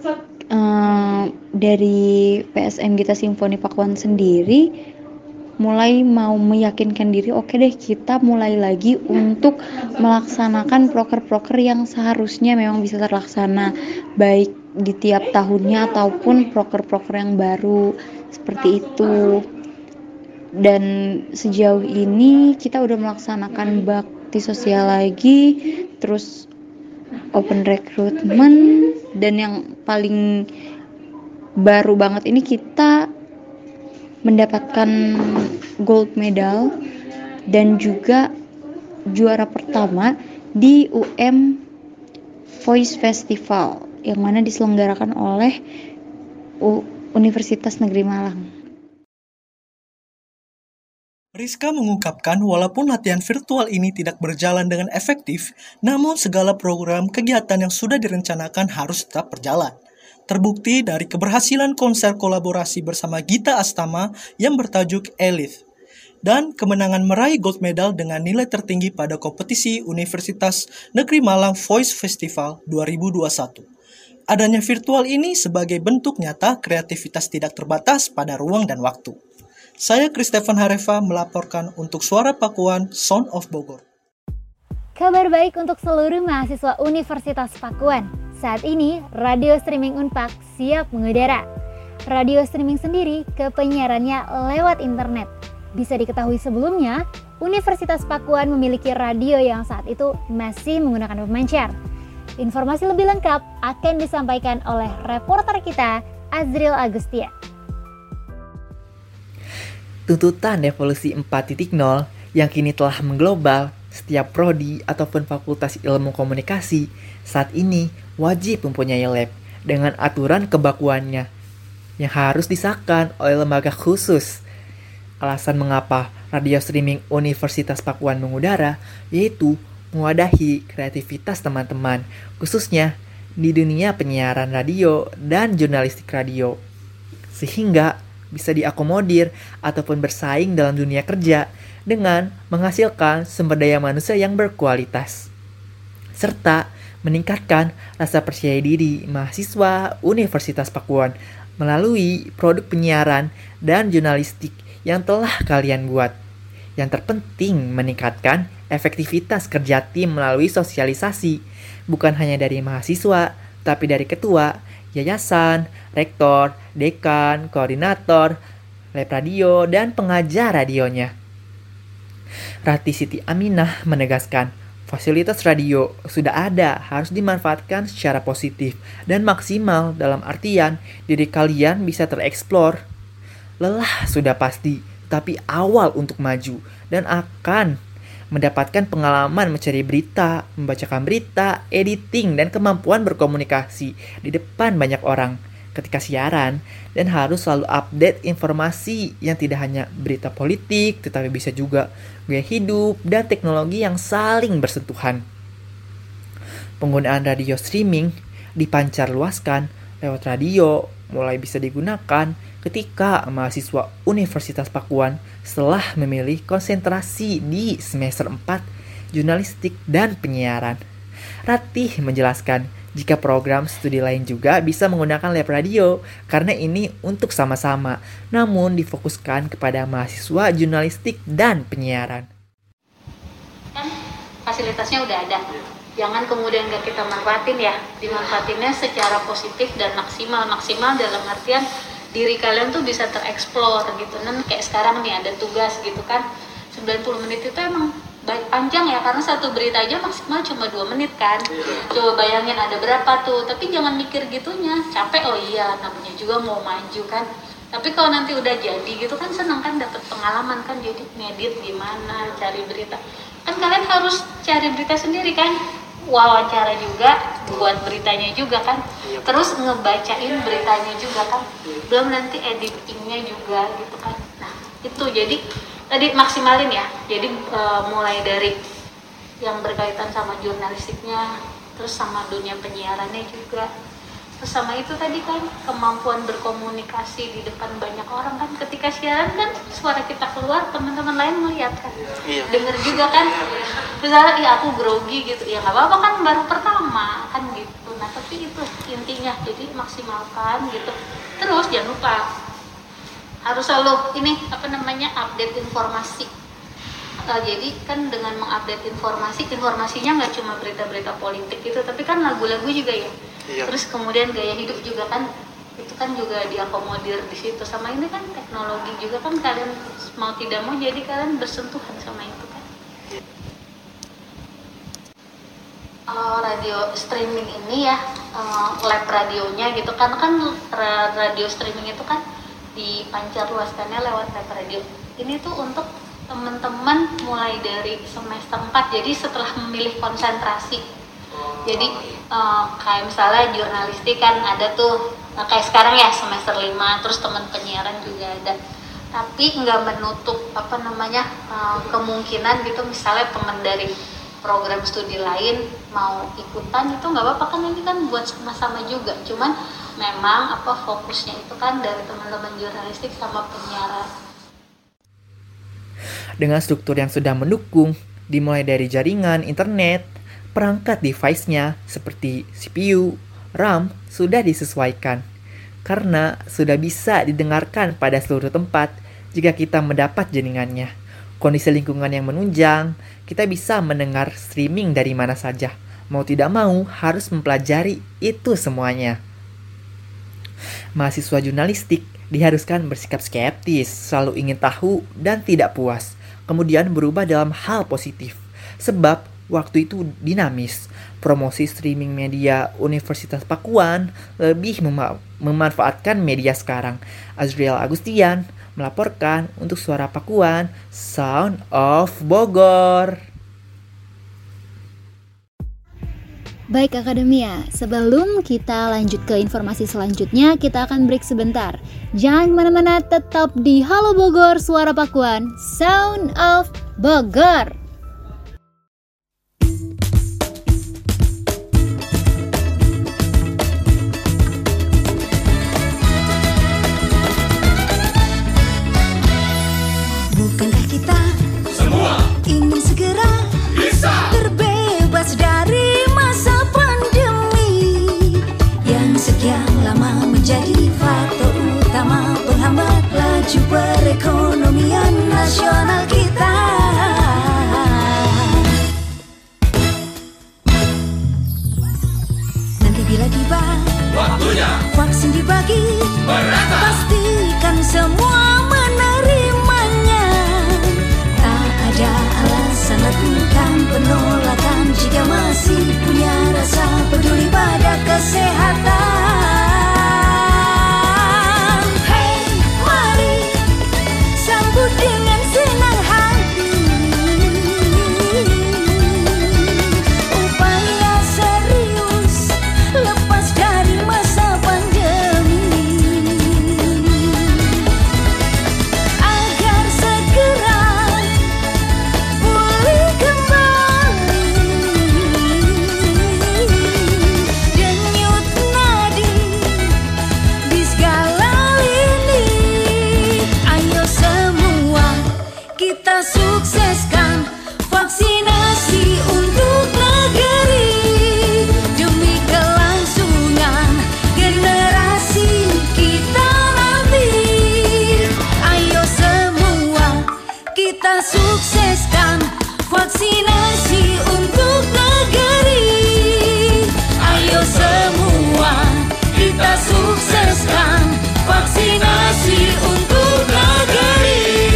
dari PSM Gita Simfoni Pakuan sendiri mulai mau meyakinkan diri, oke deh kita mulai lagi untuk melaksanakan proker-proker yang seharusnya memang bisa terlaksana baik di tiap tahunnya ataupun proker-proker yang baru seperti itu. Dan sejauh ini kita udah melaksanakan bakti sosial lagi, terus open recruitment, dan yang paling baru banget ini kita mendapatkan gold medal dan juga juara pertama di Voice Festival yang mana diselenggarakan oleh Universitas Negeri Malang. Rizka mengungkapkan walaupun latihan virtual ini tidak berjalan dengan efektif, namun segala program kegiatan yang sudah direncanakan harus tetap berjalan. Terbukti dari keberhasilan konser kolaborasi bersama Gita Astama yang bertajuk Elif, dan kemenangan meraih gold medal dengan nilai tertinggi pada kompetisi Universitas Negeri Malang Voice Festival 2021. Adanya virtual ini sebagai bentuk nyata kreativitas tidak terbatas pada ruang dan waktu. Saya Christopher Hareva melaporkan untuk Suara Pakuan Sound of Bogor. Kabar baik untuk seluruh mahasiswa Universitas Pakuan. Saat ini, radio streaming Unpak siap mengudara. Radio streaming sendiri kepenyiarannya lewat internet. Bisa diketahui sebelumnya, Universitas Pakuan memiliki radio yang saat itu masih menggunakan pemancar. Informasi lebih lengkap akan disampaikan oleh reporter kita, Azril Agustia. Tuntutan revolusi 4.0 yang kini telah mengglobal, setiap prodi ataupun fakultas ilmu komunikasi saat ini wajib mempunyai lab dengan aturan kebakuannya yang harus disahkan oleh lembaga khusus. Alasan mengapa radio streaming Universitas Pakuan mengudara yaitu mewadahi kreativitas teman-teman, khususnya di dunia penyiaran radio dan jurnalistik radio, sehingga bisa diakomodir ataupun bersaing dalam dunia kerja dengan menghasilkan sumber daya manusia yang berkualitas, serta meningkatkan rasa percaya diri mahasiswa Universitas Pakuan melalui produk penyiaran dan jurnalistik yang telah kalian buat. Yang terpenting meningkatkan efektivitas kerja tim melalui sosialisasi, bukan hanya dari mahasiswa, tapi dari ketua, yayasan, rektor, dekan, koordinator, lab radio, dan pengajar radionya. Rati Siti Aminah menegaskan, fasilitas radio sudah ada, harus dimanfaatkan secara positif dan maksimal dalam artian diri kalian bisa tereksplor. Lelah sudah pasti, tapi awal untuk maju dan akan mendapatkan pengalaman mencari berita, membacakan berita, editing, dan kemampuan berkomunikasi di depan banyak orang ketika siaran, dan harus selalu update informasi yang tidak hanya berita politik, tetapi bisa juga gaya hidup dan teknologi yang saling bersentuhan. Penggunaan radio streaming dipancar luaskan lewat radio mulai bisa digunakan ketika mahasiswa Universitas Pakuan setelah memilih konsentrasi di semester 4 jurnalistik dan penyiaran. Ratih menjelaskan jika program studi lain juga bisa menggunakan lab radio karena ini untuk sama-sama, namun difokuskan kepada mahasiswa jurnalistik dan penyiaran. Kan fasilitasnya udah ada. Jangan kemudian gak kita manfaatin ya, dimanfaatinnya secara positif dan maksimal dalam artian diri kalian tuh bisa tereksplor gitu. Dan kayak sekarang nih ada tugas gitu kan, 90 menit itu emang panjang ya, karena satu berita aja maksimal cuma 2 menit kan. Coba bayangin ada berapa tuh, tapi jangan mikir gitunya, capek, oh iya namanya juga mau maju kan. Tapi kalau nanti udah jadi gitu kan seneng kan, dapat pengalaman kan, jadi ngedit gimana, cari berita. Kan kalian harus cari berita sendiri kan, wawancara juga, buat beritanya juga kan, terus ngebacain beritanya juga kan, belum nanti editingnya juga gitu kan. Nah itu jadi tadi maksimalin ya, jadi mulai dari yang berkaitan sama jurnalistiknya, terus sama dunia penyiarannya juga, terus sama itu tadi kan kemampuan berkomunikasi di depan banyak orang kan. Ketika siaran kan suara kita keluar, teman-teman lain melihat kan, denger juga kan. Misalnya ya aku grogi gitu, ya nggak apa-apa kan, baru pertama kan gitu. Nah tapi itu intinya, jadi maksimalkan gitu. Terus jangan lupa harus selalu update informasi. Jadi kan dengan mengupdate informasinya nggak cuma berita-berita politik gitu, tapi kan lagu-lagu juga ya. Terus kemudian gaya hidup juga kan, itu kan juga diakomodir di situ. Sama ini kan teknologi juga kan, kalian mau tidak mau jadi kalian bersentuhan sama itu kan. Radio streaming ini ya, lab radionya gitu kan radio streaming itu kan dipancar luaskannya lewat lab radio. Ini tuh untuk teman-teman mulai dari semester 4, jadi setelah memilih konsentrasi. Jadi kayak misalnya jurnalistik kan ada tuh, kayak sekarang ya semester 5, terus teman penyiaran juga ada. Tapi nggak menutup kemungkinan gitu, misalnya teman dari program studi lain mau ikutan itu nggak apa-apa kan, ini kan buat sama-sama juga. Cuman memang fokusnya itu kan dari teman-teman jurnalistik sama penyiaran. Dengan struktur yang sudah mendukung, dimulai dari jaringan internet, perangkat device-nya seperti CPU, RAM sudah disesuaikan karena sudah bisa didengarkan pada seluruh tempat jika kita mendapat jaringannya. Kondisi lingkungan yang menunjang, kita bisa mendengar streaming dari mana saja. Mau tidak mau harus mempelajari itu semuanya. Mahasiswa jurnalistik diharuskan bersikap skeptis, selalu ingin tahu dan tidak puas, kemudian berubah dalam hal positif. Sebab waktu itu dinamis. Promosi streaming media Universitas Pakuan lebih memanfaatkan media sekarang. Azriel Agustian melaporkan untuk Suara Pakuan, Sound of Bogor. Baik Akademia, sebelum kita lanjut ke informasi selanjutnya, kita akan break sebentar. Jangan kemana-mana, tetap di Halo Bogor, Suara Pakuan, Sound of Bogor. Bukankah kita semua ingin segera bisa terbebas dari sekian lama menjadi faktor utama penghambat laju perekonomian nasional kita. Nanti bila tiba waktunya vaksin dibagi, pastikan semua menerimanya. Tak ada alasan lakukan penolakan jika masih punya rasa peduli pada kesehatan. Hey, mari sambut dengan senang hati upaya serius lepas dari masa pandemi, agar segera pulih kembali. Denyut nadi di segala lini. Ayo semua kita sukseskan vaksinasi untuk negeri demi kelangsungan generasi kita nanti. Ayo semua kita sukseskan vaksinasi untuk negeri. Ayo semua kita sukseskan vaksinasi untuk negeri.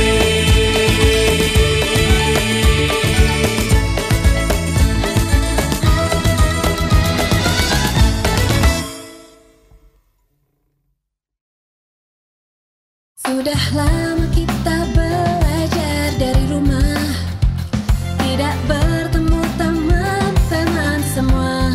Sudah lama kita belajar dari rumah, tidak bertemu teman-teman semua.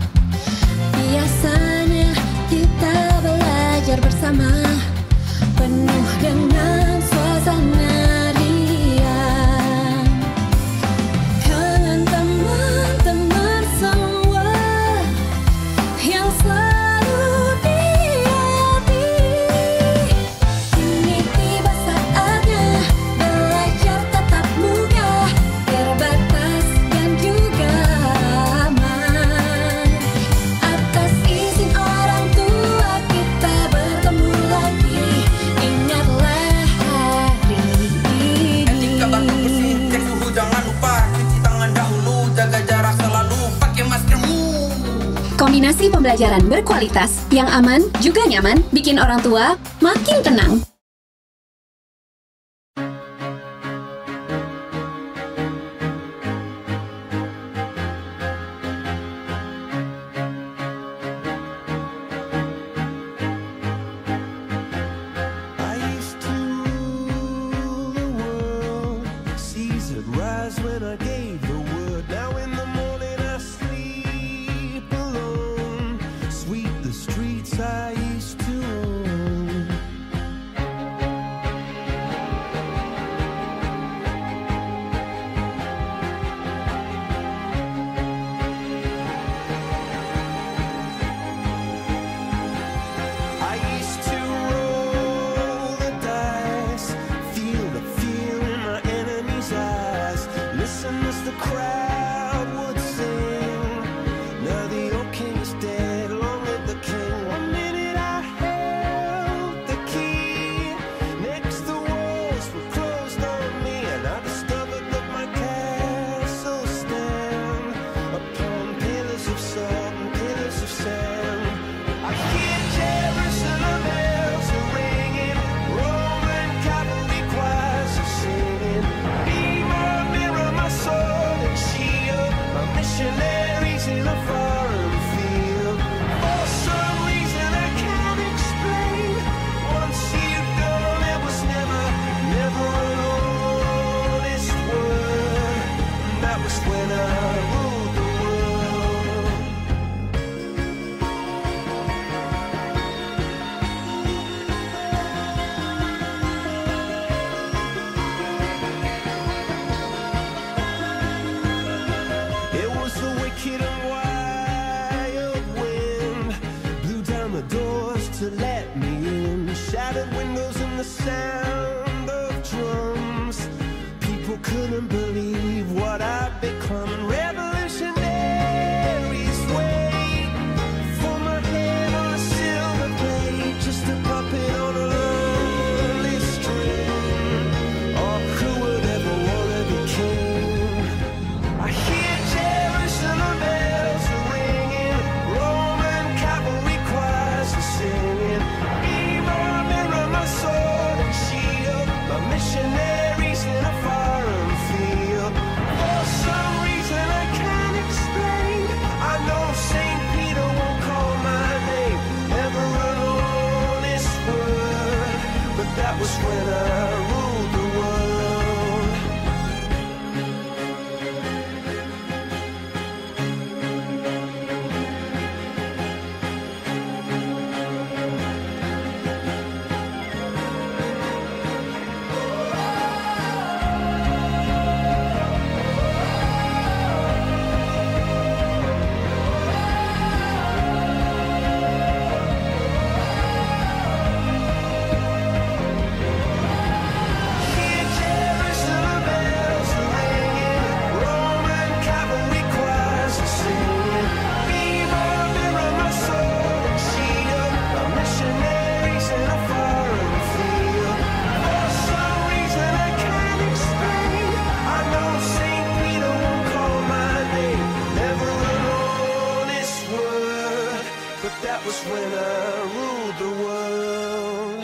Biasanya kita belajar bersama, penuh dengan suasana riang. Kangen teman-teman semua yang selalu di hati. Kini tiba saatnya belajar tatap muka, terbatas dan juga aman. Atas izin orang tua kita bertemu lagi. Ingatlah hari ini. Etika baku bersih, cek suhu jangan lupa, cuci tangan dahulu, jaga jarak selalu, pakai maskermu. Kombinasi pembelajaran berkualitas yang aman juga nyaman bikin orang tua makin tenang. I used to rule the world, seas would rise when I gave the word. Now in the morning I sleep alone, sweep the streets I used to own. the doors to let me in. Shattered windows and the sound of drums. People couldn't believe what I'd become. Revolutionaries wait for my head on a silver plate, just a puppet on a lonely string. Oh, who would ever wanna be king? I hear Jerusalem bells are ringing, Roman cavalry choirs are singing. Be my mirror, my sword and shield, my missionaries in a foreign field. For some reason I can't explain, I know St. Peter won't call my name ever on this word, but that was when I ruled the world. Hear Jerusalem bells are ringing, Roman cavalry choirs are singing. Be my mirror, my sword and shield, my missionaries in a foreign field. For some reason I can't explain, I know St. Peter won't call my name, never an honest word, but that was when I ruled the world.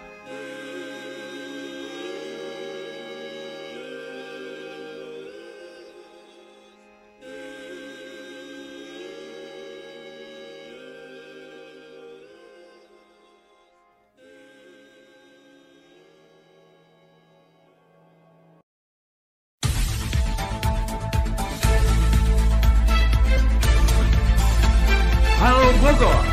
Halo Bogor.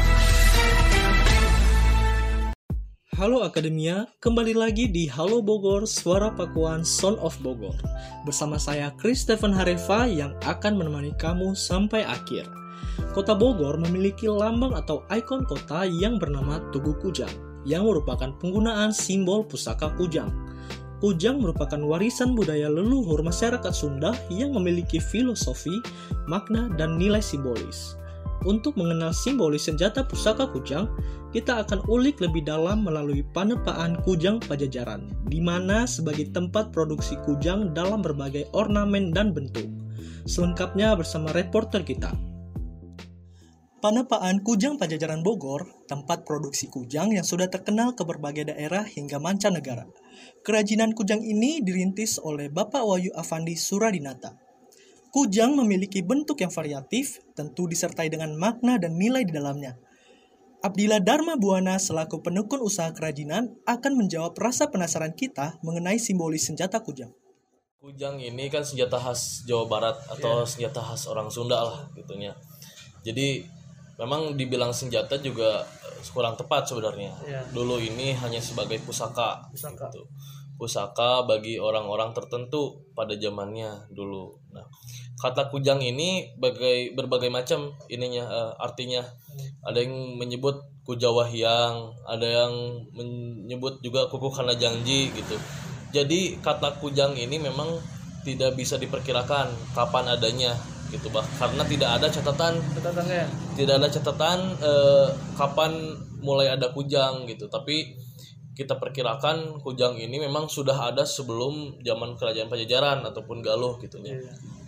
Halo Akademia, kembali lagi di Halo Bogor, Suara Pakuan Son of Bogor. Bersama saya Chris Stephen Hareva yang akan menemani kamu sampai akhir. Kota Bogor memiliki lambang atau ikon kota yang bernama Tugu Kujang, yang merupakan penggunaan simbol pusaka kujang. Kujang merupakan warisan budaya leluhur masyarakat Sunda yang memiliki filosofi, makna, dan nilai simbolis. Untuk mengenal simbolis senjata pusaka kujang, kita akan ulik lebih dalam melalui Panepaan Kujang Pajajaran, di mana sebagai tempat produksi kujang dalam berbagai ornamen dan bentuk. Selengkapnya bersama reporter kita. Panepaan Kujang Pajajaran Bogor, tempat produksi kujang yang sudah terkenal ke berbagai daerah hingga mancanegara. Kerajinan kujang ini dirintis oleh Bapak Wahyu Afandi Suradinata. Kujang memiliki bentuk yang variatif, tentu disertai dengan makna dan nilai di dalamnya. Abdillah Dharma Buana selaku penekun usaha kerajinan akan menjawab rasa penasaran kita mengenai simbolis senjata kujang. Kujang ini kan senjata khas Jawa Barat atau senjata khas orang Sunda lah gitunya. Jadi memang dibilang senjata juga kurang tepat sebenarnya. Dulu ini hanya sebagai pusaka. Gitu. Pusaka bagi orang-orang tertentu pada zamannya dulu. Nah, kata kujang ini berbagai macam artinya. Ada yang menyebut kujawahyang, ada yang menyebut juga kuku kana janji gitu. Jadi kata kujang ini memang tidak bisa diperkirakan kapan adanya gitu, karena tidak ada catatannya. Tidak ada catatan kapan mulai ada kujang gitu. Tapi kita perkirakan kujang ini memang sudah ada sebelum zaman kerajaan Pajajaran ataupun Galuh gitunya.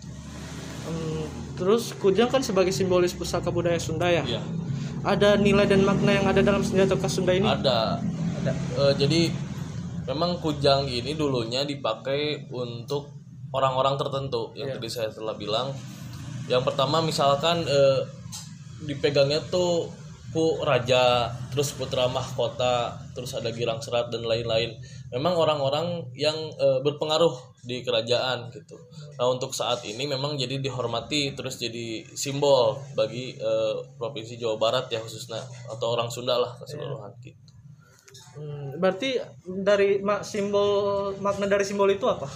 Terus kujang kan sebagai simbolis pusaka budaya Sunda ya? Iya. Ada nilai dan makna yang ada dalam senjata khas Sunda ini? Ada. Jadi memang kujang ini dulunya dipakai untuk orang-orang tertentu yang tadi saya telah bilang. Yang pertama misalkan dipegangnya tuh ku raja, terus putra mahkota, terus ada girang serat dan lain-lain. Memang orang-orang yang berpengaruh di kerajaan gitu. Nah untuk saat ini memang jadi dihormati, terus jadi simbol bagi provinsi Jawa Barat ya khususnya, atau orang Sunda lah keseluruhan gitu. Berarti dari makna dari simbol itu apa?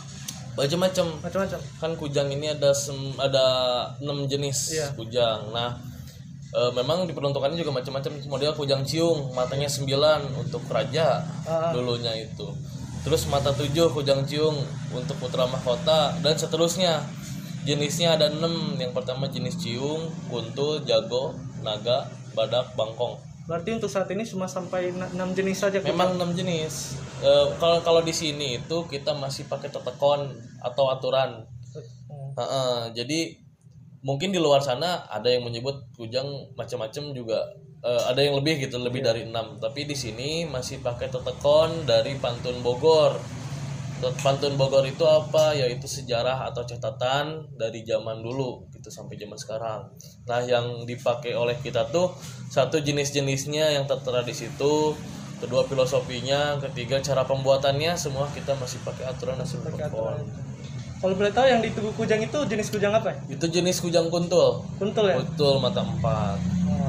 Macam-macam. Kan kujang ini ada 6 jenis kujang. Nah memang diperuntukannya juga macam-macam, model kujang ciung matanya 9 untuk raja dulunya itu, terus mata 7 kujang ciung untuk putra mahkota, dan seterusnya. Jenisnya ada 6. Yang pertama jenis ciung, kuntul, jago, naga, badak, bangkong. Berarti untuk saat ini cuma sampai 6 jenis saja. Memang 6 jenis. Kalau di sini itu kita masih pakai tetekon atau aturan. Jadi mungkin di luar sana ada yang menyebut kujang macam-macam juga, ada yang lebih gitu, lebih dari 6. Tapi di sini masih pakai tetekon dari pantun Bogor. Pantun Bogor itu apa? Yaitu sejarah atau catatan dari zaman dulu gitu sampai zaman sekarang. Nah, yang dipakai oleh kita tuh satu jenis-jenisnya yang tertera di situ, kedua filosofinya, ketiga cara pembuatannya, semua kita masih pakai aturan asal tetekon. Kalau boleh tahu yang di tubuh kujang itu jenis kujang apa ya? Itu jenis kujang kuntul. Kuntul ya? Kuntul mata 4.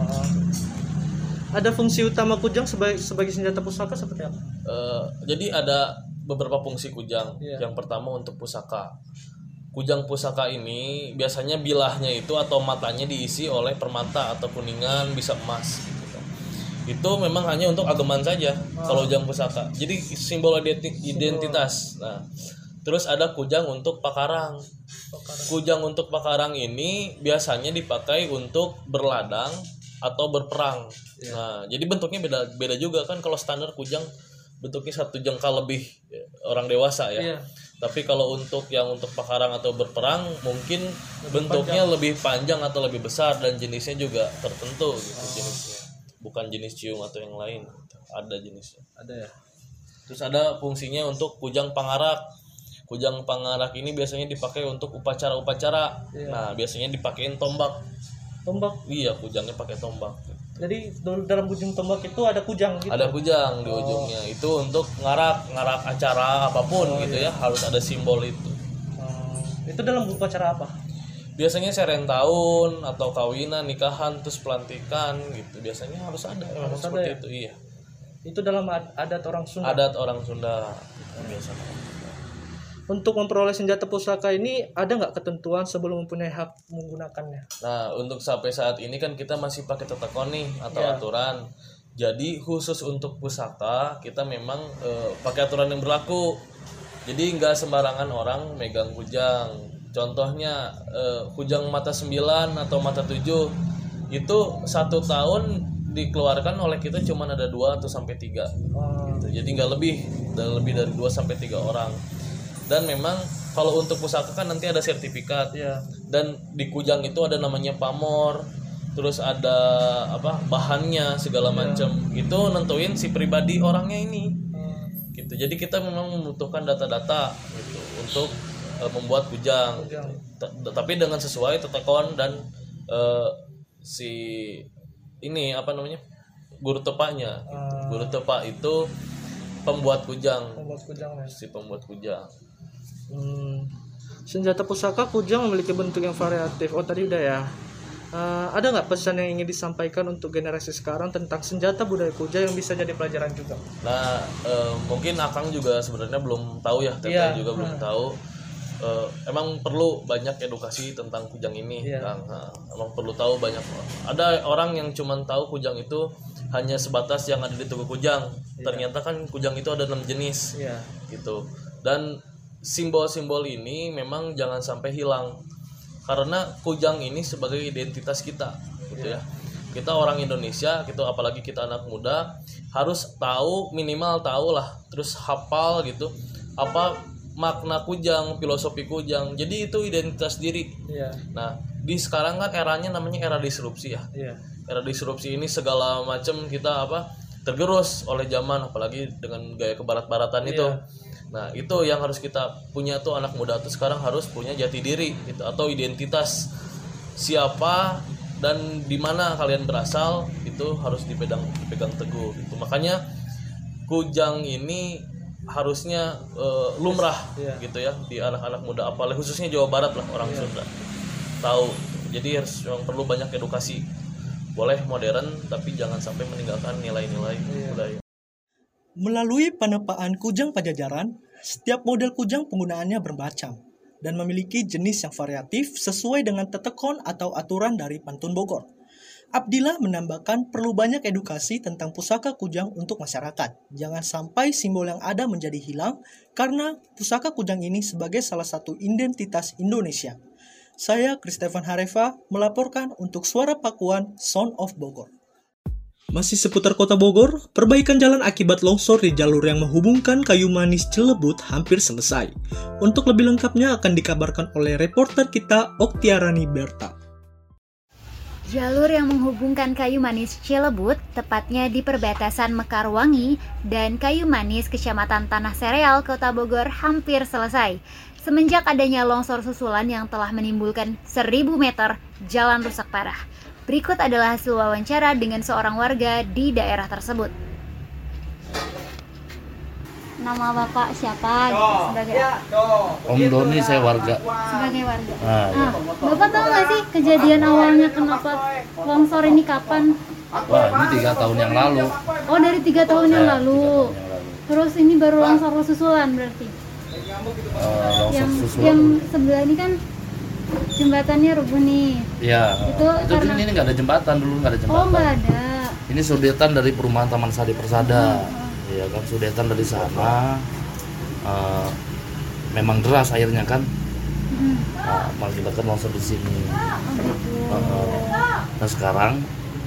Ada fungsi utama kujang sebagai senjata pusaka seperti apa? Jadi ada beberapa fungsi kujang. Yang pertama untuk pusaka. Kujang pusaka ini biasanya bilahnya itu atau matanya diisi oleh permata atau kuningan, bisa emas gitu. Itu memang hanya untuk ageman saja kalau kujang pusaka. Jadi simbol identitas. Nah, terus ada kujang untuk pakarang. Kujang untuk pakarang ini biasanya dipakai untuk berladang atau berperang. Nah, jadi bentuknya beda juga kan. Kalau standar kujang bentuknya 1 jengkal lebih orang dewasa ya. Tapi kalau untuk yang untuk pakarang atau berperang mungkin bentuknya lebih panjang atau lebih besar, dan jenisnya juga tertentu gitu jenisnya. Bukan jenis ciung atau yang lain. Ada jenisnya. Ada ya. Terus ada fungsinya untuk kujang pangarak. Kujang pangarak ini biasanya dipakai untuk upacara-upacara. Nah, biasanya dipakein tombak. Tombak? Iya, kujangnya pakai tombak. Jadi dalam ujung tombak itu ada kujang gitu. Ada kujang di ujungnya. Itu untuk ngarak acara apapun gitu ya, harus ada simbol itu. Itu dalam upacara apa? Biasanya seren tahun atau kawinan, nikahan, terus pelantikan gitu. Biasanya harus ada. Harus seperti ada ya? itu, iya. Itu dalam adat orang Sunda. Adat orang Sunda biasanya. Untuk memperoleh senjata pusaka ini ada nggak ketentuan sebelum mempunyai hak menggunakannya? Nah, untuk sampai saat ini kan kita masih pakai tetekon nih atau aturan. Jadi khusus untuk pusaka kita memang pakai aturan yang berlaku. Jadi nggak sembarangan orang megang kujang. Contohnya kujang mata 9 atau mata 7 itu 1 tahun dikeluarkan oleh kita cuma ada 2 atau sampai 3. Gitu. Jadi nggak lebih dari 2 sampai 3 orang. Dan memang kalau untuk pusaka kan nanti ada sertifikat. Dan di kujang itu ada namanya pamor, terus ada bahannya segala macam. Itu nentuin si pribadi orangnya ini. Gitu. Jadi kita memang membutuhkan data-data gitu untuk membuat kujang. Gitu. Tapi dengan sesuai tetekon dan si ini guru tepaknya. Guru tepak itu pembuat kujang. Si pembuat kujang. Senjata pusaka kujang memiliki bentuk yang variatif. Oh, tadi udah ya. Ada nggak pesan yang ingin disampaikan untuk generasi sekarang tentang senjata budaya kujang yang bisa jadi pelajaran juga? Nah, mungkin Akang juga sebenarnya belum tahu ya, Teteh juga belum tahu. Emang perlu banyak edukasi tentang kujang ini. Emang perlu tahu banyak. Ada orang yang cuma tahu kujang itu hanya sebatas yang ada di tugu kujang. Ternyata kan kujang itu ada 6 jenis. Gitu. Dan simbol-simbol ini memang jangan sampai hilang, karena kujang ini sebagai identitas kita gitu ya. Kita orang Indonesia gitu, apalagi kita anak muda harus tahu, minimal tahu lah, terus hafal gitu apa makna kujang, filosofi kujang. Jadi itu identitas diri. Nah, di sekarang kan eranya namanya era disrupsi ya. Era disrupsi ini segala macam kita tergerus oleh zaman, apalagi dengan gaya kebarat-baratan itu. Nah, itu yang harus kita punya tuh, anak muda tuh sekarang harus punya jati diri gitu, atau identitas siapa dan di mana kalian berasal, itu harus dipegang teguh gitu. Makanya kujang ini harusnya lumrah gitu ya di anak-anak muda, apalagi khususnya Jawa Barat lah, orang Sunda tahu. Jadi harus memang perlu banyak edukasi. Boleh modern tapi jangan sampai meninggalkan nilai-nilai budaya. Melalui penepaan kujang Pajajaran, setiap model kujang penggunaannya bermacam dan memiliki jenis yang variatif sesuai dengan tetekon atau aturan dari pantun Bogor. Abdillah menambahkan perlu banyak edukasi tentang pusaka kujang untuk masyarakat. Jangan sampai simbol yang ada menjadi hilang karena pusaka kujang ini sebagai salah satu identitas Indonesia. Saya Kristevan Hareva melaporkan untuk Suara Pakuan Sound of Bogor. Masih seputar kota Bogor, perbaikan jalan akibat longsor di jalur yang menghubungkan Kayu Manis Cilebut hampir selesai. Untuk lebih lengkapnya akan dikabarkan oleh reporter kita Oktiarani Berta. Jalur yang menghubungkan Kayu Manis Cilebut, tepatnya di perbatasan Mekarwangi dan Kayu Manis, Kecamatan Tanah Sereal, Kota Bogor hampir selesai. Semenjak adanya longsor susulan yang telah menimbulkan 1000 meter jalan rusak parah. Berikut adalah hasil wawancara dengan seorang warga di daerah tersebut. Nama Bapak siapa? Sebagai Om Doni, saya warga. Sebagai warga. Nah, Bapak tahu nggak sih kejadian awalnya kenapa longsor ini kapan? wah, ini 3 tahun yang lalu. Oh, dari 3 tahun yang lalu. Terus ini baru longsor susulan berarti? Longsor susulan. Yang sebelah ini kan jembatannya rubuh nih. Ya, Itu karena- ini nggak ada jembatan dulu, nggak ada jembatan. Oh, nggak ada. Ini sudetan dari perumahan Taman Sari Persada. Ya kan, sudetan dari sana. Memang deras airnya kan. Mengakibatkan longsor di sini. Nah sekarang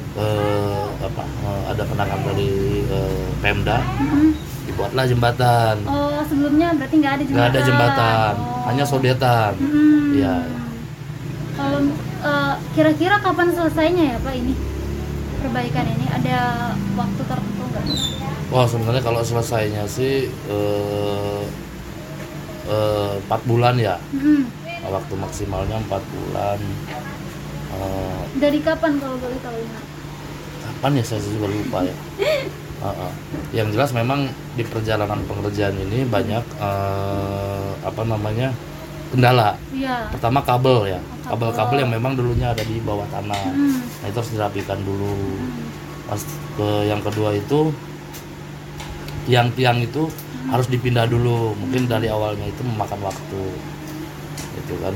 ada penanganan dari Pemda, dibuatlah jembatan. Oh, sebelumnya berarti nggak ada jembatan. Nggak ada jembatan, hanya sodetan. Ya. Kalau kira-kira kapan selesainya ya Pak ini perbaikan ini? Ada waktu tertentu nggak? Wah, sebenarnya kalau selesainya sih 4 bulan ya. Waktu maksimalnya 4 bulan. Dari kapan kalau boleh tahu ini? Kapan ya, saya juga lupa ya. Yang jelas memang di perjalanan pengerjaan ini banyak kendala. Iya. Pertama kabel ya, kabel-kabel yang memang dulunya ada di bawah tanah. Nah itu harus dirapikan dulu. Yang kedua itu tiang-tiang itu harus dipindah dulu. Mungkin dari awalnya itu memakan waktu. Itu kan.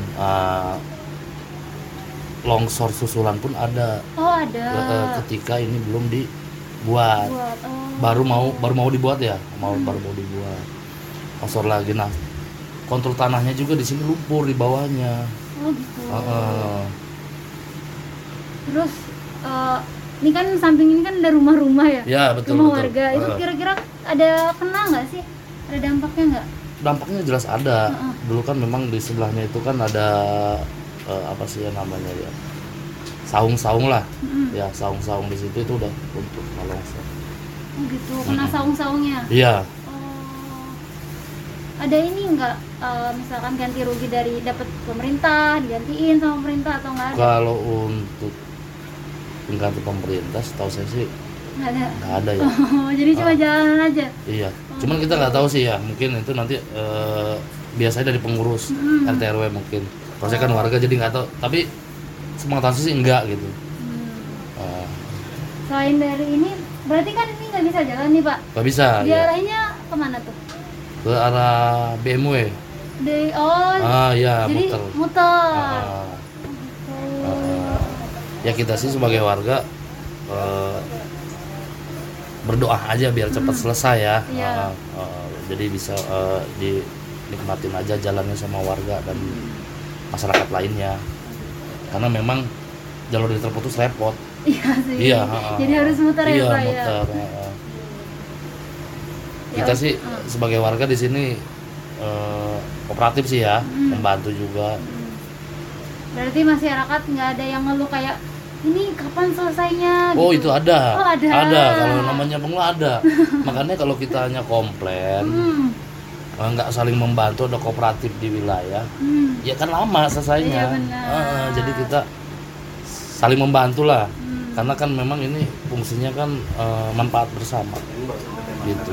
Longsor susulan pun ada. Oh, ada. Ketika ini belum dibuat. Baru mau dibuat ya, baru mau dibuat. Longsor lagi. Nah, kontrol tanahnya juga di sini lumpur di bawahnya. Oh gitu. Terus ini kan samping ini kan ada rumah-rumah ya? Ya betul. Rumah warga. Itu kira-kira ada kena nggak sih? Ada dampaknya nggak? Dampaknya jelas ada. Dulu kan memang di sebelahnya itu kan ada namanya ya, saung-saung lah. Ya saung-saung di situ itu udah untuk longsor. Oh gitu. Kena saung-saungnya? Iya. Ada ini nggak misalkan ganti rugi dari dapat pemerintah, digantiin sama pemerintah atau nggak ada? Kalau untuk pengganti pemerintah, setahu saya sih nggak ada ya. Oh, jadi cuma jalan aja? Iya. Cuman kita nggak tahu sih ya, mungkin itu nanti biasanya dari pengurus RT RW mungkin. Kalau saya kan warga jadi nggak tahu. Tapi sepengetahuan sih enggak gitu. Selain dari ini, berarti kan ini nggak bisa jalan nih Pak? Nggak bisa. Diarahinnya kemana tuh? Ke arah BMW. Iya, jadi muter. Ya kita sih sebagai warga berdoa aja biar cepat selesai ya. Iya. Jadi bisa dinikmatin aja jalannya sama warga dan masyarakat lainnya. Karena memang jalur yang terputus repot. Iya sih. Iya. Jadi harus muter ya Pak muter. ya. Kita sih sebagai warga di sini kooperatif sih ya, membantu juga. Berarti masyarakat nggak ada yang ngeluh kayak ini kapan selesainya? Oh gitu. itu ada. Oh, ada. Kalau namanya pengelola ada. Makanya kalau kita hanya komplain, nggak saling membantu, ada kooperatif di wilayah, ya kan lama selesainya. Iya, Jadi kita saling membantu lah. Karena kan memang ini fungsinya kan manfaat bersama. Gitu.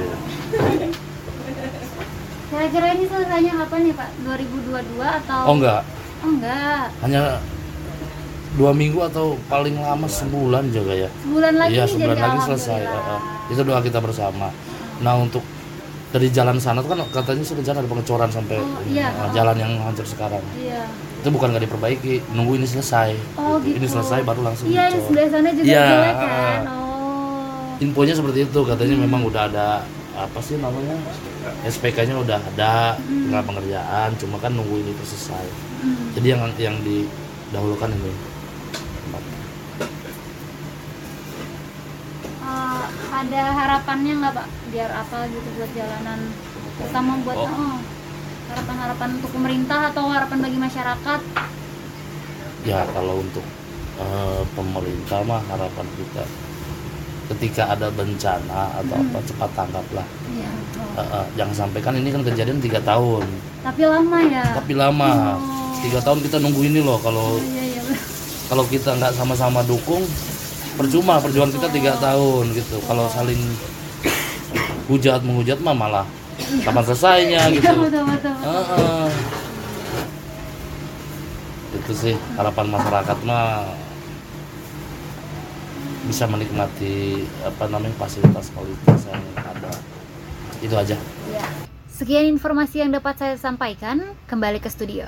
Kira-kira ini selesainya kapan nih Pak? 2022 atau? Oh enggak. Oh enggak. Hanya 2 minggu atau paling lama sebulan juga ya. Sebulan lagi Iya, nih sebulan jadi lagi selesai. Itu doa kita bersama. Nah untuk dari jalan sana tuh kan katanya sih rencana ada pengecoran sampai jalan yang hancur sekarang. Iya. Itu bukan nggak diperbaiki, nunggu ini selesai. Oh gitu. Ini selesai baru langsung Iya, di dicor. sebelah sana juga jelek kan. Infonya seperti itu, katanya memang udah ada apa sih namanya, SPK-nya udah ada, tinggal pengerjaan, cuma kan nunggu ini selesai. Jadi yang didahulukan ini. Ada harapannya nggak Pak, biar apa gitu buat jalanan, terutama buat harapan-harapan untuk pemerintah atau harapan bagi masyarakat? Ya kalau untuk pemerintah mah harapan kita ketika ada bencana atau apa cepat tanggap lah. Jangan sampai kan ini kan kejadian 3 tahun. Tapi lama ya. Tapi lama. 3 tahun kita nunggu ini loh, kalau kita nggak sama-sama dukung percuma perjuangan kita 3 tahun gitu. Kalau saling menghujat mah malah kapan selesainya gitu. Betul. Itu sih harapan masyarakat mah bisa menikmati fasilitas yang ada. Itu aja. Sekian informasi yang dapat saya sampaikan. Kembali ke studio.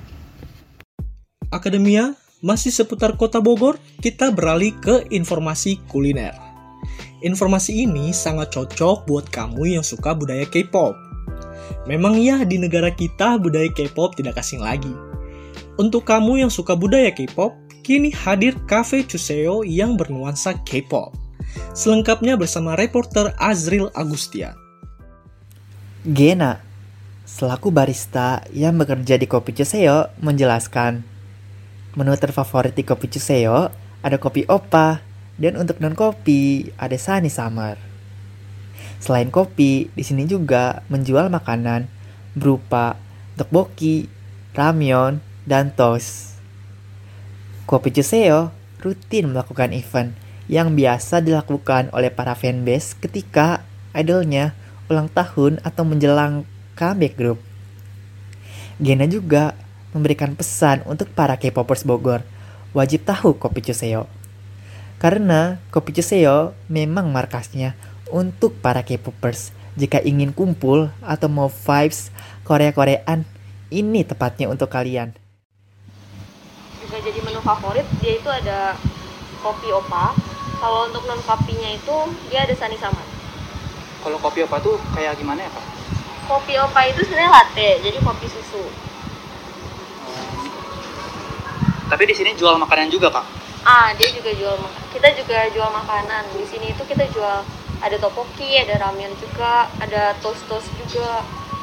Akademia masih seputar Kota Bogor, kita beralih ke informasi kuliner. Informasi ini sangat cocok buat kamu yang suka budaya K-pop. Memang ya di negara kita budaya K-pop tidak asing lagi. Untuk kamu yang suka budaya K-pop, kini hadir Cafe Chuseo yang bernuansa K-pop. Selengkapnya bersama reporter Azril Agustian. Gena, selaku barista yang bekerja di Kopi Chuseo, menjelaskan menu terfavorit di Kopi Chuseo ada kopi Oppa, dan untuk non-kopi ada Sunny Summer. Selain kopi, di sini juga menjual makanan berupa tteokbokki, ramyeon, dan toast. Kopi Chuseo rutin melakukan event yang biasa dilakukan oleh para fanbase ketika idolnya ulang tahun atau menjelang comeback group. Gena juga memberikan pesan untuk para K-popers Bogor, wajib tahu Kopi Chuseo. Karena Kopi Chuseo memang markasnya untuk para K-popers. Jika ingin kumpul atau mau vibes Korea-Koreaan, ini tepatnya untuk kalian. Juga jadi menu favorit, dia itu ada kopi Oppa. Kalau untuk non kopinya itu dia ada Sunny Summer. Kalau kopi Oppa tuh kayak gimana ya Pak? Kopi Oppa itu sebenarnya latte, jadi kopi susu. Tapi di sini jual makanan juga, Kak? Dia juga jual kita juga jual makanan. Di sini itu kita jual ada tteokbokki, ada ramyeon juga, ada toast-toast juga.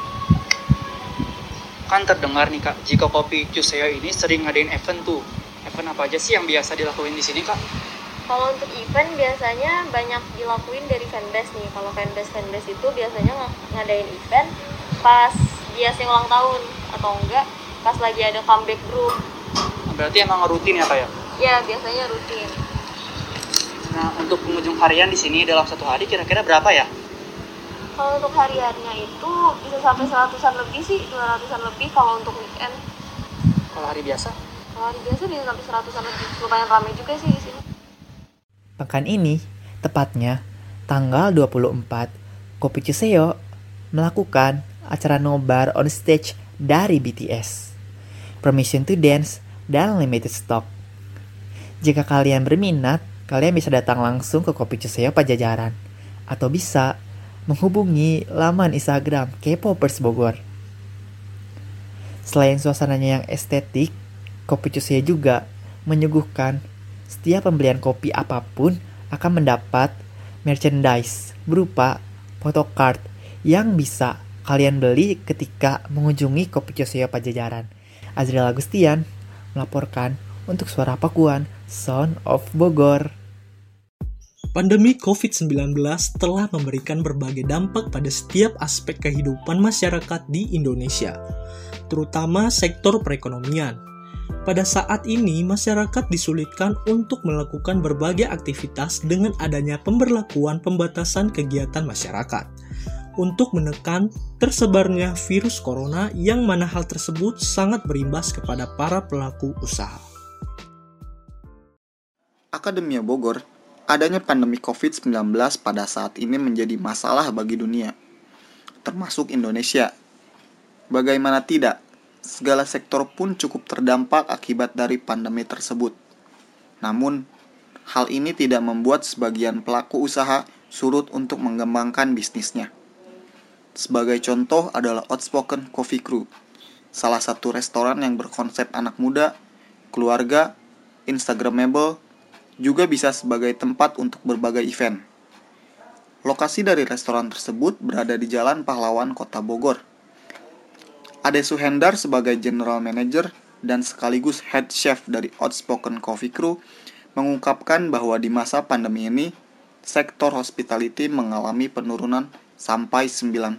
Kan terdengar nih, Kak, jika Kopi Chuseo ini sering ngadain event tuh. Event apa aja sih yang biasa dilakuin di sini, Kak? Kalau untuk event biasanya banyak dilakuin dari fanbase nih. Kalau fanbase itu biasanya ngadain event pas dia ulang tahun atau enggak pas lagi ada comeback group. Berarti emang rutin ya Kak ya? Ya, biasanya rutin. Nah, untuk pengunjung harian di sini dalam satu hari kira-kira berapa ya? Kalau untuk hari-harinya itu bisa sampai 100-an lebih sih, 200-an lebih kalau untuk weekend. Kalau hari biasa? Kalau hari biasa bisa sampai 100-an lebih. Lumayan ramai juga sih di sini. Pekan ini, tepatnya tanggal 24, Kopi Chuseo melakukan acara nobar on stage dari BTS, Permission to Dance, dan Limited Stock. Jika kalian berminat, kalian bisa datang langsung ke Kopi Chuseo Pajajaran atau bisa menghubungi laman Instagram K-popers Bogor. Selain suasananya yang estetik, Kopi Chuseo juga menyuguhkan setiap pembelian kopi apapun akan mendapat merchandise berupa photocard yang bisa kalian beli ketika mengunjungi Kopi Chuseo Pajajaran. Azril Agustian melaporkan untuk Suara Pakuan, Sound of Bogor. Pandemi COVID-19 telah memberikan berbagai dampak pada setiap aspek kehidupan masyarakat di Indonesia, terutama sektor perekonomian. Pada saat ini, masyarakat disulitkan untuk melakukan berbagai aktivitas dengan adanya pemberlakuan pembatasan kegiatan masyarakat untuk menekan tersebarnya virus corona, yang mana hal tersebut sangat berimbas kepada para pelaku usaha. Akademia Bogor, adanya pandemi COVID-19 pada saat ini menjadi masalah bagi dunia. termasuk Indonesia. Bagaimana tidak, segala sektor pun cukup terdampak akibat dari pandemi tersebut. Namun, hal ini tidak membuat sebagian pelaku usaha surut untuk mengembangkan bisnisnya. Sebagai contoh adalah Outspoken Coffee Crew, salah satu restoran yang berkonsep anak muda, keluarga, Instagramable, juga bisa sebagai tempat untuk berbagai event. Lokasi dari restoran tersebut berada di Jalan Pahlawan, Kota Bogor. Ade Suhendar sebagai General Manager dan sekaligus Head Chef dari Outspoken Coffee Crew mengungkapkan bahwa di masa pandemi ini, sektor hospitality mengalami penurunan sampai 90%.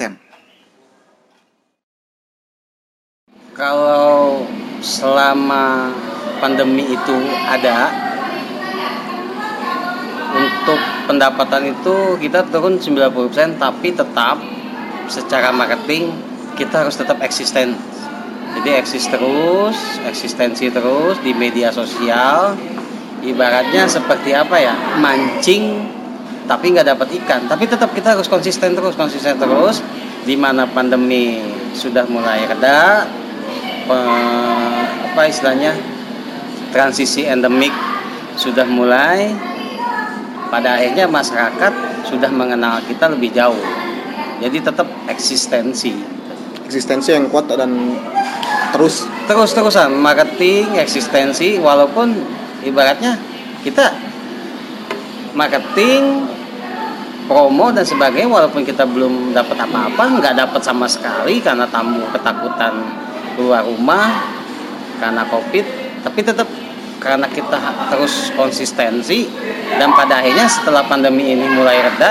Kalau selama pandemi itu ada, untuk pendapatan itu kita turun 90%, tapi tetap secara marketing kita harus tetap eksisten. Jadi eksistensi terus di media sosial. Ibaratnya seperti apa ya, mancing tapi nggak dapat ikan, tapi tetap kita harus konsisten terus. Di mana pandemi sudah mulai reda, transisi endemik sudah mulai, pada akhirnya masyarakat sudah mengenal kita lebih jauh. Jadi tetap eksistensi yang kuat dan terus-terusan marketing, eksistensi, walaupun ibaratnya kita marketing, promo dan sebagainya, walaupun kita belum dapat apa-apa, nggak dapat sama sekali karena tamu ketakutan keluar rumah karena COVID, tapi tetap karena kita terus konsistensi, dan pada akhirnya setelah pandemi ini mulai reda,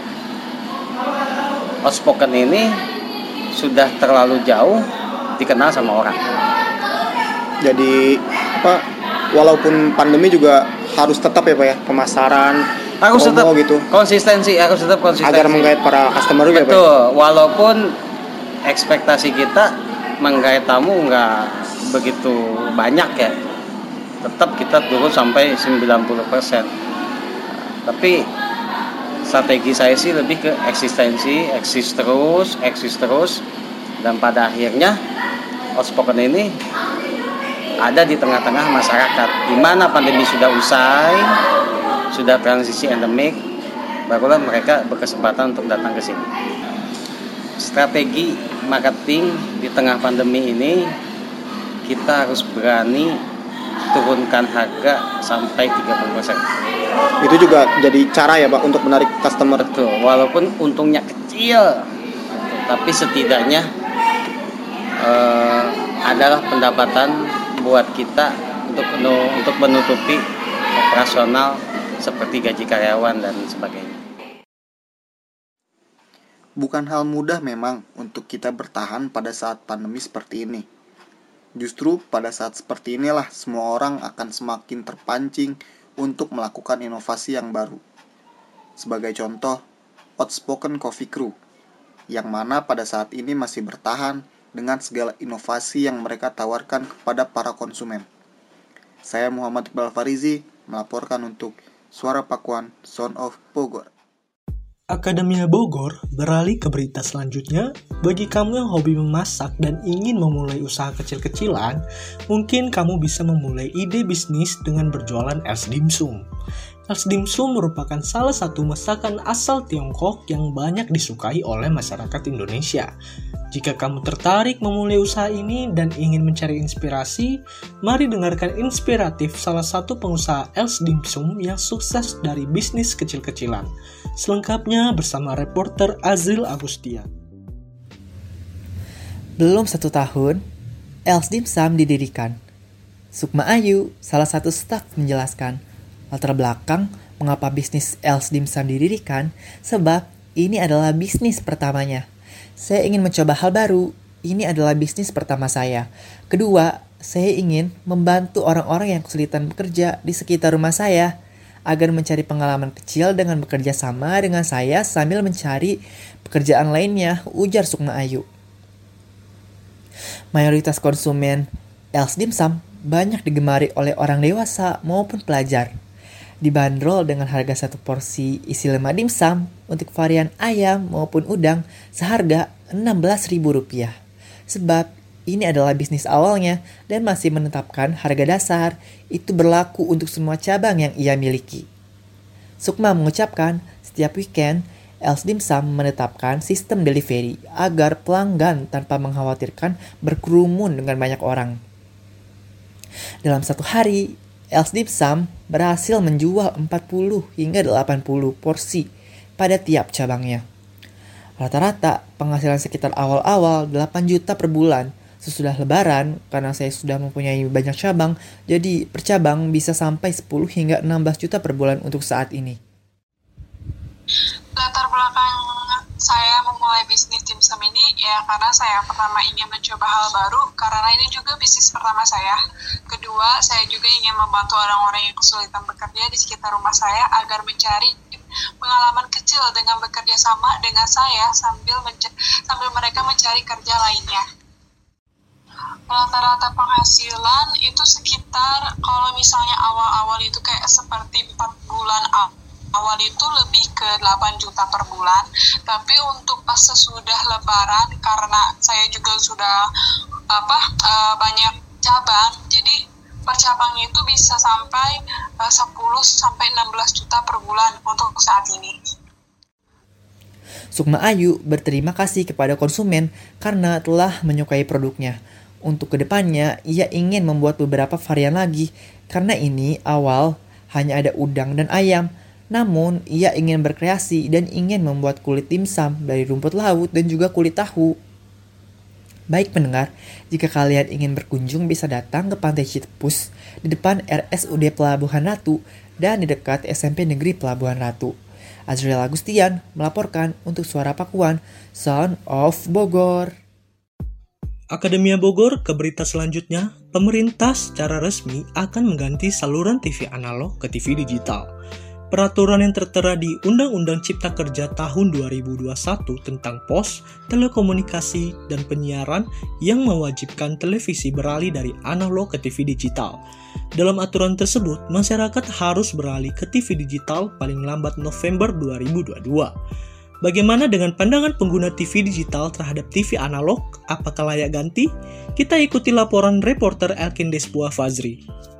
Outspoken ini sudah terlalu jauh dikenal sama orang. Jadi walaupun pandemi juga harus tetap ya Pak ya, pemasaran, harus tetap gitu. Konsistensi agar menggait para customer juga. Betul, Pak. Walaupun ekspektasi kita menggait tamu nggak begitu banyak ya, tetap kita turun sampai 90%. Tapi strategi saya sih lebih ke eksistensi, eksis terus, dan pada akhirnya Outspoken ini ada di tengah-tengah masyarakat. Di mana pandemi sudah usai, sudah transisi endemik, barulah mereka berkesempatan untuk datang ke sini. Strategi marketing di tengah pandemi ini, kita harus berani turunkan harga sampai 30%. Itu juga jadi cara ya Pak untuk menarik customer. Betul, walaupun untungnya kecil, tapi setidaknya adalah pendapatan buat kita untuk menutupi operasional seperti gaji karyawan dan sebagainya. Bukan hal mudah memang untuk kita bertahan pada saat pandemi seperti ini. Justru pada saat seperti inilah semua orang akan semakin terpancing untuk melakukan inovasi yang baru. Sebagai contoh, Outspoken Coffee Crew, yang mana pada saat ini masih bertahan dengan segala inovasi yang mereka tawarkan kepada para konsumen. Saya Muhammad Iqbal Farizi melaporkan untuk Suara Pakuan Sound of Bogor. Akademia Bogor beralih ke berita selanjutnya. Bagi kamu yang hobi memasak dan ingin memulai usaha kecil-kecilan, mungkin kamu bisa memulai ide bisnis dengan berjualan es dimsum. Es dimsum merupakan salah satu masakan asal Tiongkok yang banyak disukai oleh masyarakat Indonesia. Jika kamu tertarik memulai usaha ini dan ingin mencari inspirasi, mari dengarkan inspiratif salah satu pengusaha es dimsum yang sukses dari bisnis kecil-kecilan. Selengkapnya bersama reporter Azril Agustian. Belum 1 tahun, Els Dimsum didirikan. Sukma Ayu, salah satu staf, menjelaskan latar belakang mengapa bisnis Els Dimsum didirikan, sebab ini adalah bisnis pertamanya. Saya ingin mencoba hal baru, ini adalah bisnis pertama saya. Kedua, saya ingin membantu orang-orang yang kesulitan bekerja di sekitar rumah saya, agar mencari pengalaman kecil dengan bekerja sama dengan saya sambil mencari pekerjaan lainnya, ujar Sukma Ayu. Mayoritas konsumen Els Dimsum banyak digemari oleh orang dewasa maupun pelajar. Dibanderol dengan harga satu porsi isi 5 dimsum untuk varian ayam maupun udang seharga Rp16.000. Sebab ini adalah bisnis awalnya dan masih menetapkan harga dasar itu berlaku untuk semua cabang yang ia miliki. Sukma mengucapkan setiap weekend Els Dimsum menetapkan sistem delivery agar pelanggan tanpa mengkhawatirkan berkerumun dengan banyak orang. Dalam satu hari, Els Dimsum berhasil menjual 40 hingga 80 porsi pada tiap cabangnya. Rata-rata penghasilan sekitar awal-awal 8 juta per bulan. Sesudah lebaran, karena saya sudah mempunyai banyak cabang, jadi per cabang bisa sampai 10 hingga 16 juta per bulan untuk saat ini. Latar belakang saya memulai bisnis dimsum ini ya karena saya pertama ingin mencoba hal baru karena ini juga bisnis pertama saya. Kedua, saya juga ingin membantu orang-orang yang kesulitan bekerja di sekitar rumah saya agar mencari pengalaman kecil dengan bekerja sama dengan saya sambil mereka mencari kerja lainnya. Rata-rata penghasilan itu sekitar kalau misalnya awal-awal itu kayak seperti 4 bulan awal itu lebih ke 8 juta per bulan, tapi untuk pas sesudah lebaran karena saya juga sudah banyak cabang, jadi per cabangnya itu bisa sampai 10 sampai 16 juta per bulan untuk saat ini. Sukma Ayu berterima kasih kepada konsumen karena telah menyukai produknya. Untuk kedepannya, ia ingin membuat beberapa varian lagi karena ini awal hanya ada udang dan ayam. Namun, ia ingin berkreasi dan ingin membuat kulit dimsum dari rumput laut dan juga kulit tahu. Baik pendengar, jika kalian ingin berkunjung bisa datang ke Pantai Citepus di depan RSUD Pelabuhan Ratu dan di dekat SMP Negeri Pelabuhan Ratu. Azriel Agustian melaporkan untuk Suara Pakuan, Sound of Bogor. Akademia Bogor ke berita selanjutnya, pemerintah secara resmi akan mengganti saluran TV analog ke TV digital. Peraturan yang tertera di Undang-Undang Cipta Kerja tahun 2021 tentang pos, telekomunikasi, dan penyiaran yang mewajibkan televisi beralih dari analog ke TV digital. Dalam aturan tersebut, masyarakat harus beralih ke TV digital paling lambat November 2022. Bagaimana dengan pandangan pengguna TV digital terhadap TV analog? Apakah layak ganti? Kita ikuti laporan reporter Elkin Desbua Fazri.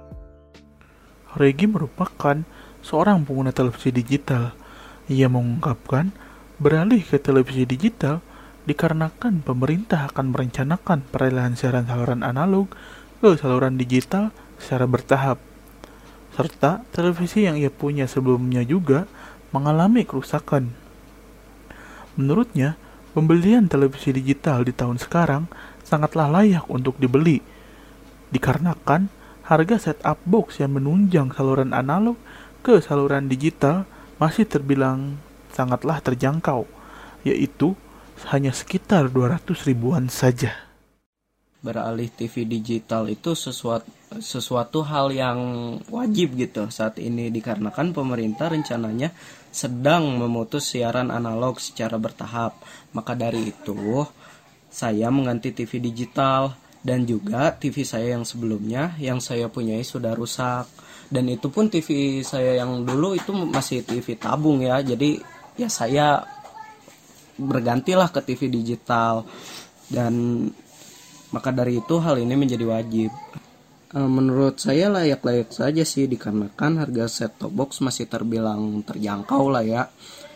Regi merupakan seorang pengguna televisi digital. Ia mengungkapkan beralih ke televisi digital dikarenakan pemerintah akan merencanakan peralihan siaran saluran analog ke saluran digital secara bertahap. Serta televisi yang ia punya sebelumnya juga mengalami kerusakan. Menurutnya, pembelian televisi digital di tahun sekarang sangatlah layak untuk dibeli, dikarenakan harga set-up box yang menunjang saluran analog ke saluran digital masih terbilang sangatlah terjangkau, yaitu hanya sekitar 200 ribuan saja. Beralih TV digital itu sesuatu hal yang wajib gitu saat ini dikarenakan pemerintah rencananya sedang memutus siaran analog secara bertahap. Maka dari itu, saya mengganti TV digital dan juga TV saya yang sebelumnya yang saya punyai sudah rusak. Dan itu pun TV saya yang dulu itu masih TV tabung ya. Jadi ya saya bergantilah ke TV digital. Dan maka dari itu hal ini menjadi wajib. Menurut saya layak-layak saja sih dikarenakan harga set-top box masih terbilang terjangkau lah ya.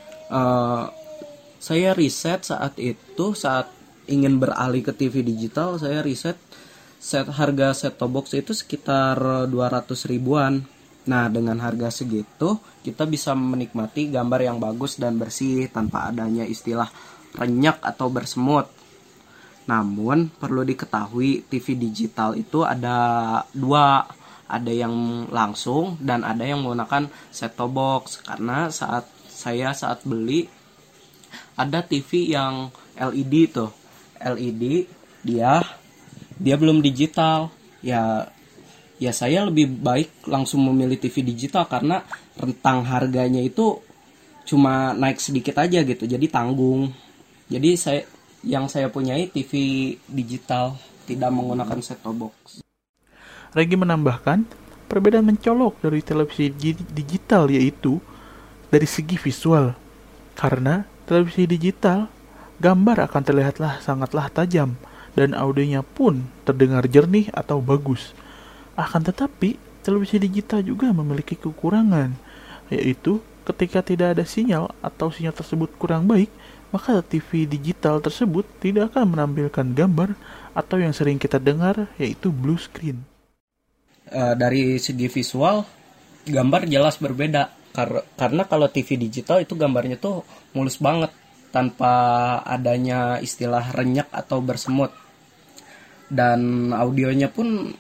Saya riset saat ingin beralih ke TV digital, saya riset harga set-top box itu sekitar 200 ribuan. Nah, dengan harga segitu, kita bisa menikmati gambar yang bagus dan bersih tanpa adanya istilah renyek atau bersemut. Namun, perlu diketahui TV digital itu ada dua. Ada yang langsung dan ada yang menggunakan set-top box. Karena saat beli, ada TV yang LED tuh. LED, dia belum digital. Ya saya lebih baik langsung memilih TV digital karena rentang harganya itu cuma naik sedikit aja gitu, jadi tanggung. Jadi yang saya punyai TV digital, tidak menggunakan set-top box. Regi menambahkan, perbedaan mencolok dari televisi digital yaitu dari segi visual. Karena televisi digital, gambar akan terlihatlah sangatlah tajam dan audionya pun terdengar jernih atau bagus. Akan tetapi, televisi digital juga memiliki kekurangan, yaitu ketika tidak ada sinyal atau sinyal tersebut kurang baik, maka TV digital tersebut tidak akan menampilkan gambar atau yang sering kita dengar yaitu blue screen. Dari segi visual, gambar jelas berbeda. Karena kalau TV digital itu gambarnya tuh mulus banget, tanpa adanya istilah renyek atau bersemut. Dan audionya pun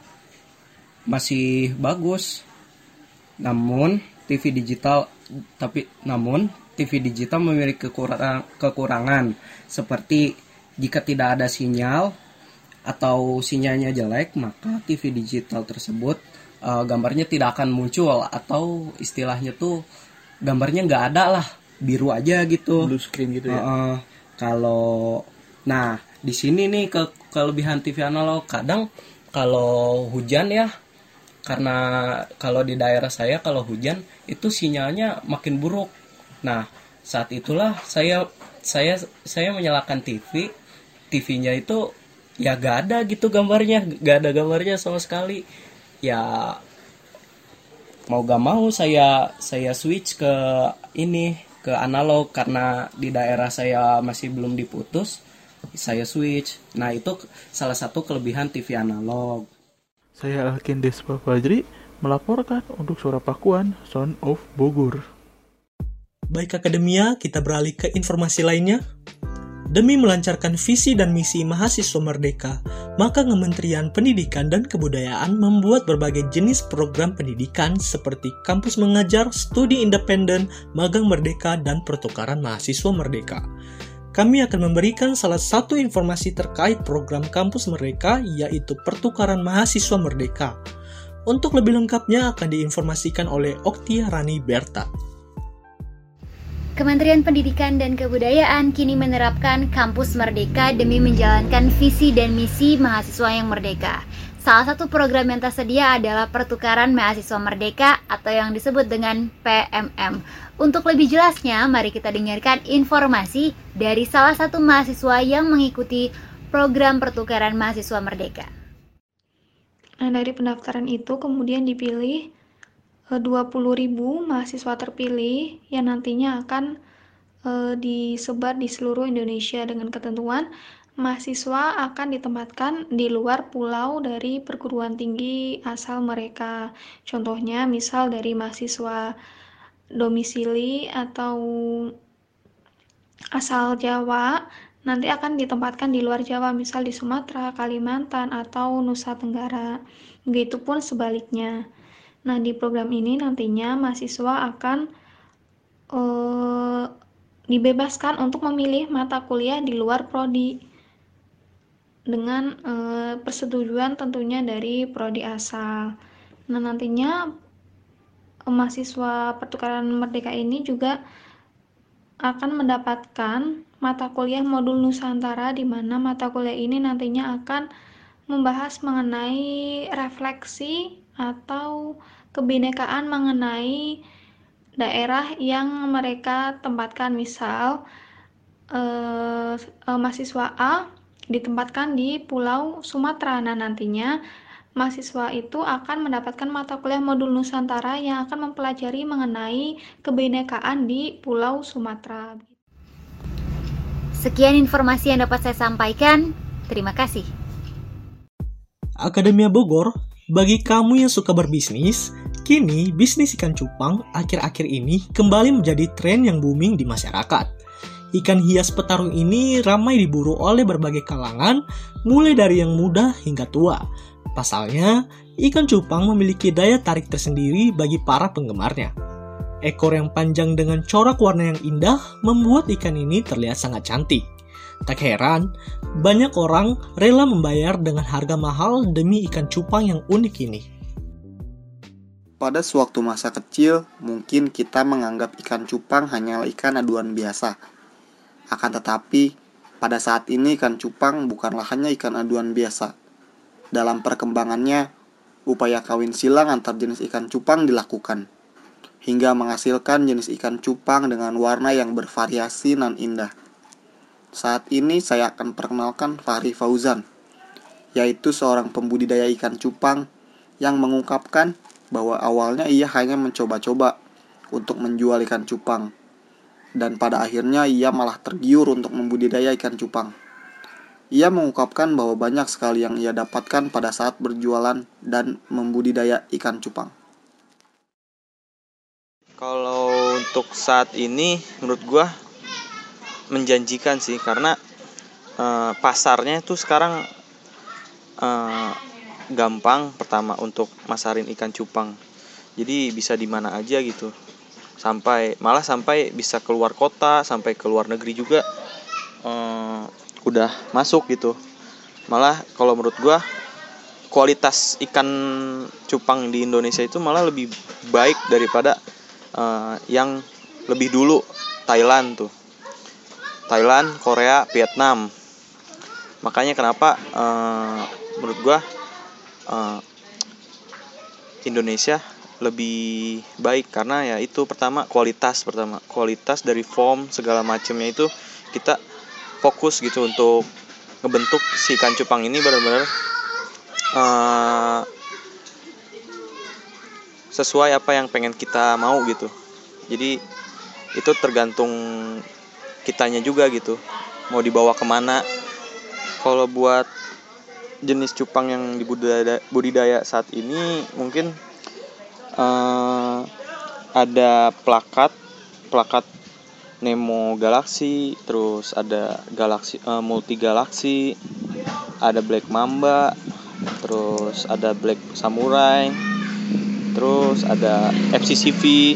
masih bagus. Namun TV digital memiliki kekurangan seperti jika tidak ada sinyal atau sinyalnya jelek, maka TV digital tersebut gambarnya tidak akan muncul, atau istilahnya tuh gambarnya nggak ada lah, biru aja gitu, blue screen gitu ya. Nah di sini nih kelebihan TV analog, kadang kalau hujan ya, karena kalau di daerah saya kalau hujan itu sinyalnya makin buruk. Nah saat itulah saya menyalakan TV-nya itu ya gak ada gitu gambarnya, gak ada gambarnya sama sekali. Ya mau gak mau saya switch ke analog, karena di daerah saya masih belum diputus, saya switch. Nah itu salah satu kelebihan TV analog. Saya Alkin Despa Fajri melaporkan untuk Suara Pakuan Sound of Bogor. Baik Akademia, kita beralih ke informasi lainnya. Demi melancarkan visi dan misi mahasiswa merdeka, maka Kementerian Pendidikan dan Kebudayaan membuat berbagai jenis program pendidikan seperti kampus mengajar, studi independen, magang merdeka, dan pertukaran mahasiswa merdeka. Kami akan memberikan salah satu informasi terkait program kampus merdeka, yaitu pertukaran mahasiswa merdeka. Untuk lebih lengkapnya akan diinformasikan oleh Oktia Rani Berta. Kementerian Pendidikan dan Kebudayaan kini menerapkan kampus merdeka demi menjalankan visi dan misi mahasiswa yang merdeka. Salah satu program yang tersedia adalah pertukaran mahasiswa merdeka atau yang disebut dengan PMM. Untuk lebih jelasnya, mari kita dengarkan informasi dari salah satu mahasiswa yang mengikuti program pertukaran mahasiswa merdeka. Nah, dari pendaftaran itu kemudian dipilih 20.000 mahasiswa terpilih yang nantinya akan disebar di seluruh Indonesia dengan ketentuan mahasiswa akan ditempatkan di luar pulau dari perguruan tinggi asal mereka. Contohnya misal dari mahasiswa domisili atau asal Jawa nanti akan ditempatkan di luar Jawa, misal di Sumatera, Kalimantan, atau Nusa Tenggara. Begitupun sebaliknya. Nah, di program ini nantinya mahasiswa akan dibebaskan untuk memilih mata kuliah di luar prodi dengan persetujuan tentunya dari prodi asal. Nah, nantinya mahasiswa pertukaran merdeka ini juga akan mendapatkan mata kuliah modul Nusantara, di mana mata kuliah ini nantinya akan membahas mengenai refleksi atau kebinekaan mengenai daerah yang mereka tempatkan. Misal mahasiswa A ditempatkan di Pulau Sumatera. Nah, nantinya mahasiswa itu akan mendapatkan mata kuliah modul Nusantara yang akan mempelajari mengenai kebinekaan di Pulau Sumatera. Sekian informasi yang dapat saya sampaikan. Terima kasih. Akademia Bogor, bagi kamu yang suka berbisnis, kini bisnis ikan cupang akhir-akhir ini kembali menjadi tren yang booming di masyarakat. Ikan hias petarung ini ramai diburu oleh berbagai kalangan, mulai dari yang muda hingga tua. Pasalnya, ikan cupang memiliki daya tarik tersendiri bagi para penggemarnya. Ekor yang panjang dengan corak warna yang indah membuat ikan ini terlihat sangat cantik. Tak heran, banyak orang rela membayar dengan harga mahal demi ikan cupang yang unik ini. Pada sewaktu masa kecil, mungkin kita menganggap ikan cupang hanyalah ikan aduan biasa. Akan tetapi, pada saat ini ikan cupang bukanlah hanya ikan aduan biasa. Dalam perkembangannya, upaya kawin silang antar jenis ikan cupang dilakukan, hingga menghasilkan jenis ikan cupang dengan warna yang bervariasi nan indah. Saat ini saya akan perkenalkan Fahri Fauzan, yaitu seorang pembudidaya ikan cupang yang mengungkapkan bahwa awalnya ia hanya mencoba-coba untuk menjual ikan cupang, dan pada akhirnya ia malah tergiur untuk membudidaya ikan cupang. Ia mengungkapkan bahwa banyak sekali yang ia dapatkan pada saat berjualan dan membudidaya ikan cupang. Kalau untuk saat ini menurut gua menjanjikan sih, karena pasarnya itu sekarang gampang pertama untuk masarin ikan cupang. Jadi bisa di mana aja gitu. Sampai bisa keluar kota, sampai ke luar negeri juga udah masuk gitu. Malah kalau menurut gua kualitas ikan cupang di Indonesia itu malah lebih baik daripada yang lebih dulu Thailand, Korea, Vietnam. Makanya kenapa menurut gua Indonesia lebih baik, karena ya itu pertama kualitas dari form segala macamnya itu kita fokus gitu untuk ngebentuk si ikan cupang ini benar-benar sesuai apa yang pengen kita mau gitu. Jadi itu tergantung kitanya juga gitu, mau dibawa kemana. Kalau buat jenis cupang yang dibudidaya saat ini mungkin ada plakat Nemo Galaxy, terus ada Multi Galaxy, ada Black Mamba, terus ada Black Samurai, terus ada FCCV.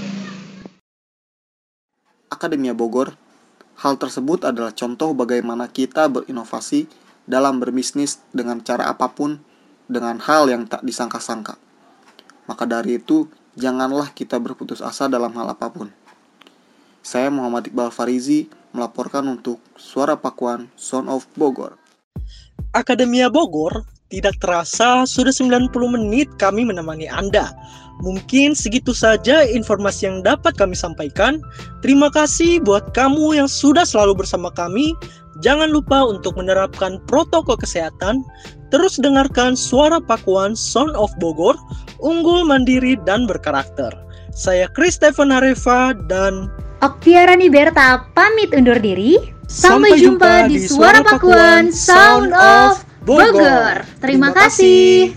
Akademia Bogor, hal tersebut adalah contoh bagaimana kita berinovasi dalam berbisnis dengan cara apapun, dengan hal yang tak disangka-sangka. Maka dari itu, janganlah kita berputus asa dalam hal apapun. Saya Muhammad Iqbal Farizi melaporkan untuk Suara Pakuan Sound of Bogor. Akademia Bogor, tidak terasa sudah 90 menit kami menemani Anda. Mungkin segitu saja informasi yang dapat kami sampaikan. Terima kasih buat kamu yang sudah selalu bersama kami. Jangan lupa untuk menerapkan protokol kesehatan. Terus dengarkan Suara Pakuan Sound of Bogor, unggul, mandiri, dan berkarakter. Saya Chris Stephen Harefa dan Oktiarani Berta pamit undur diri. Sampai jumpa di Suara Pakuan Sound of Bogor. Terima kasih.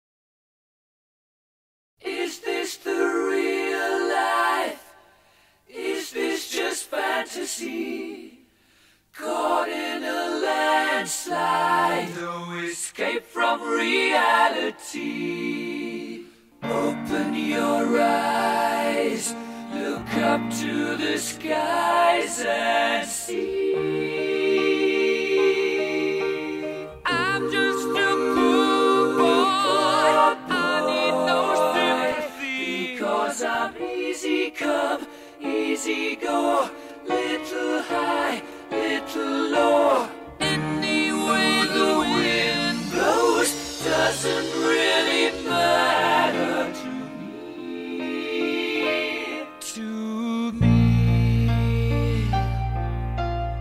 Is this the real life? Is this just fantasy? Caught in a landslide, no escape from reality. Open your eyes, look up to the skies and see. I'm just a poor boy, I need no sympathy, because I'm easy come, easy go, little high, little low. Any way the wind blows doesn't really matter to me.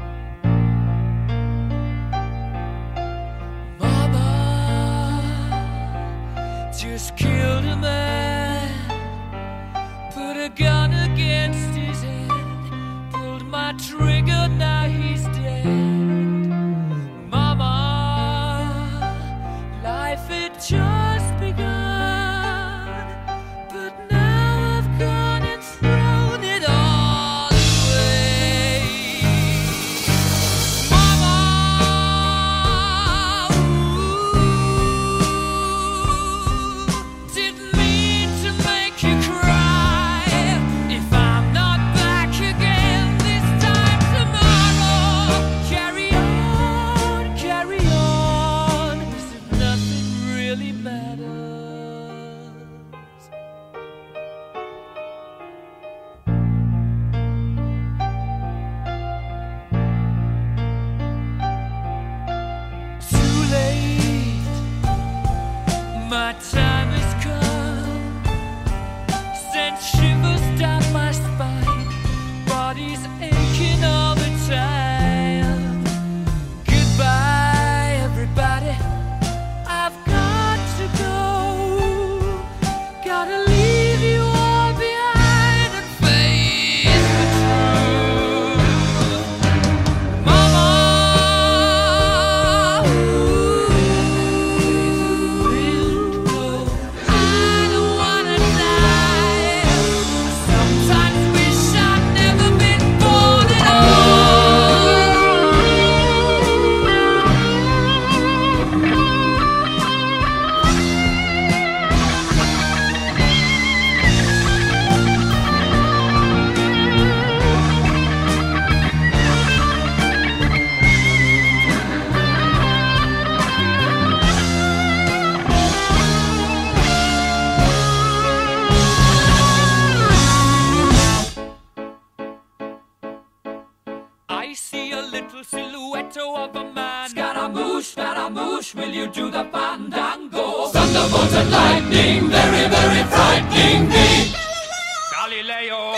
I see a little silhouette of a man. Scaramouche, will you do the fandango? Thunderbolt and lightning, very, very frightening me. Galileo,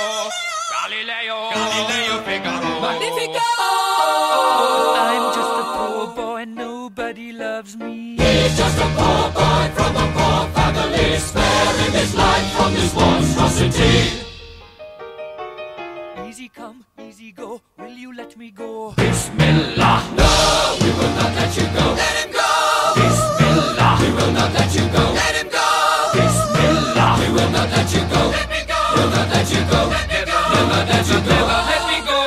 Figaro. Magnifico! I'm just a poor boy, nobody loves me. He's just a poor boy from a poor family, sparing his life from this monstrosity. Easy come, easy go, will you let me go? Bismillah, no, we will not let you go. Let him go! Bismillah, we will not let you go. Let him go! Bismillah, we will not let you go. Let me go! We'll not let you go. Let me go! We'll not let you go. Let me go!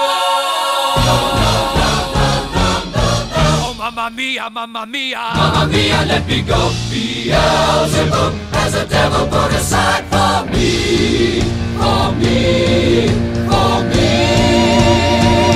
Oh, mamma mia, mamma mia. Mamma mia, let me go. Beelzebub has a devil put aside for me. For me. For me.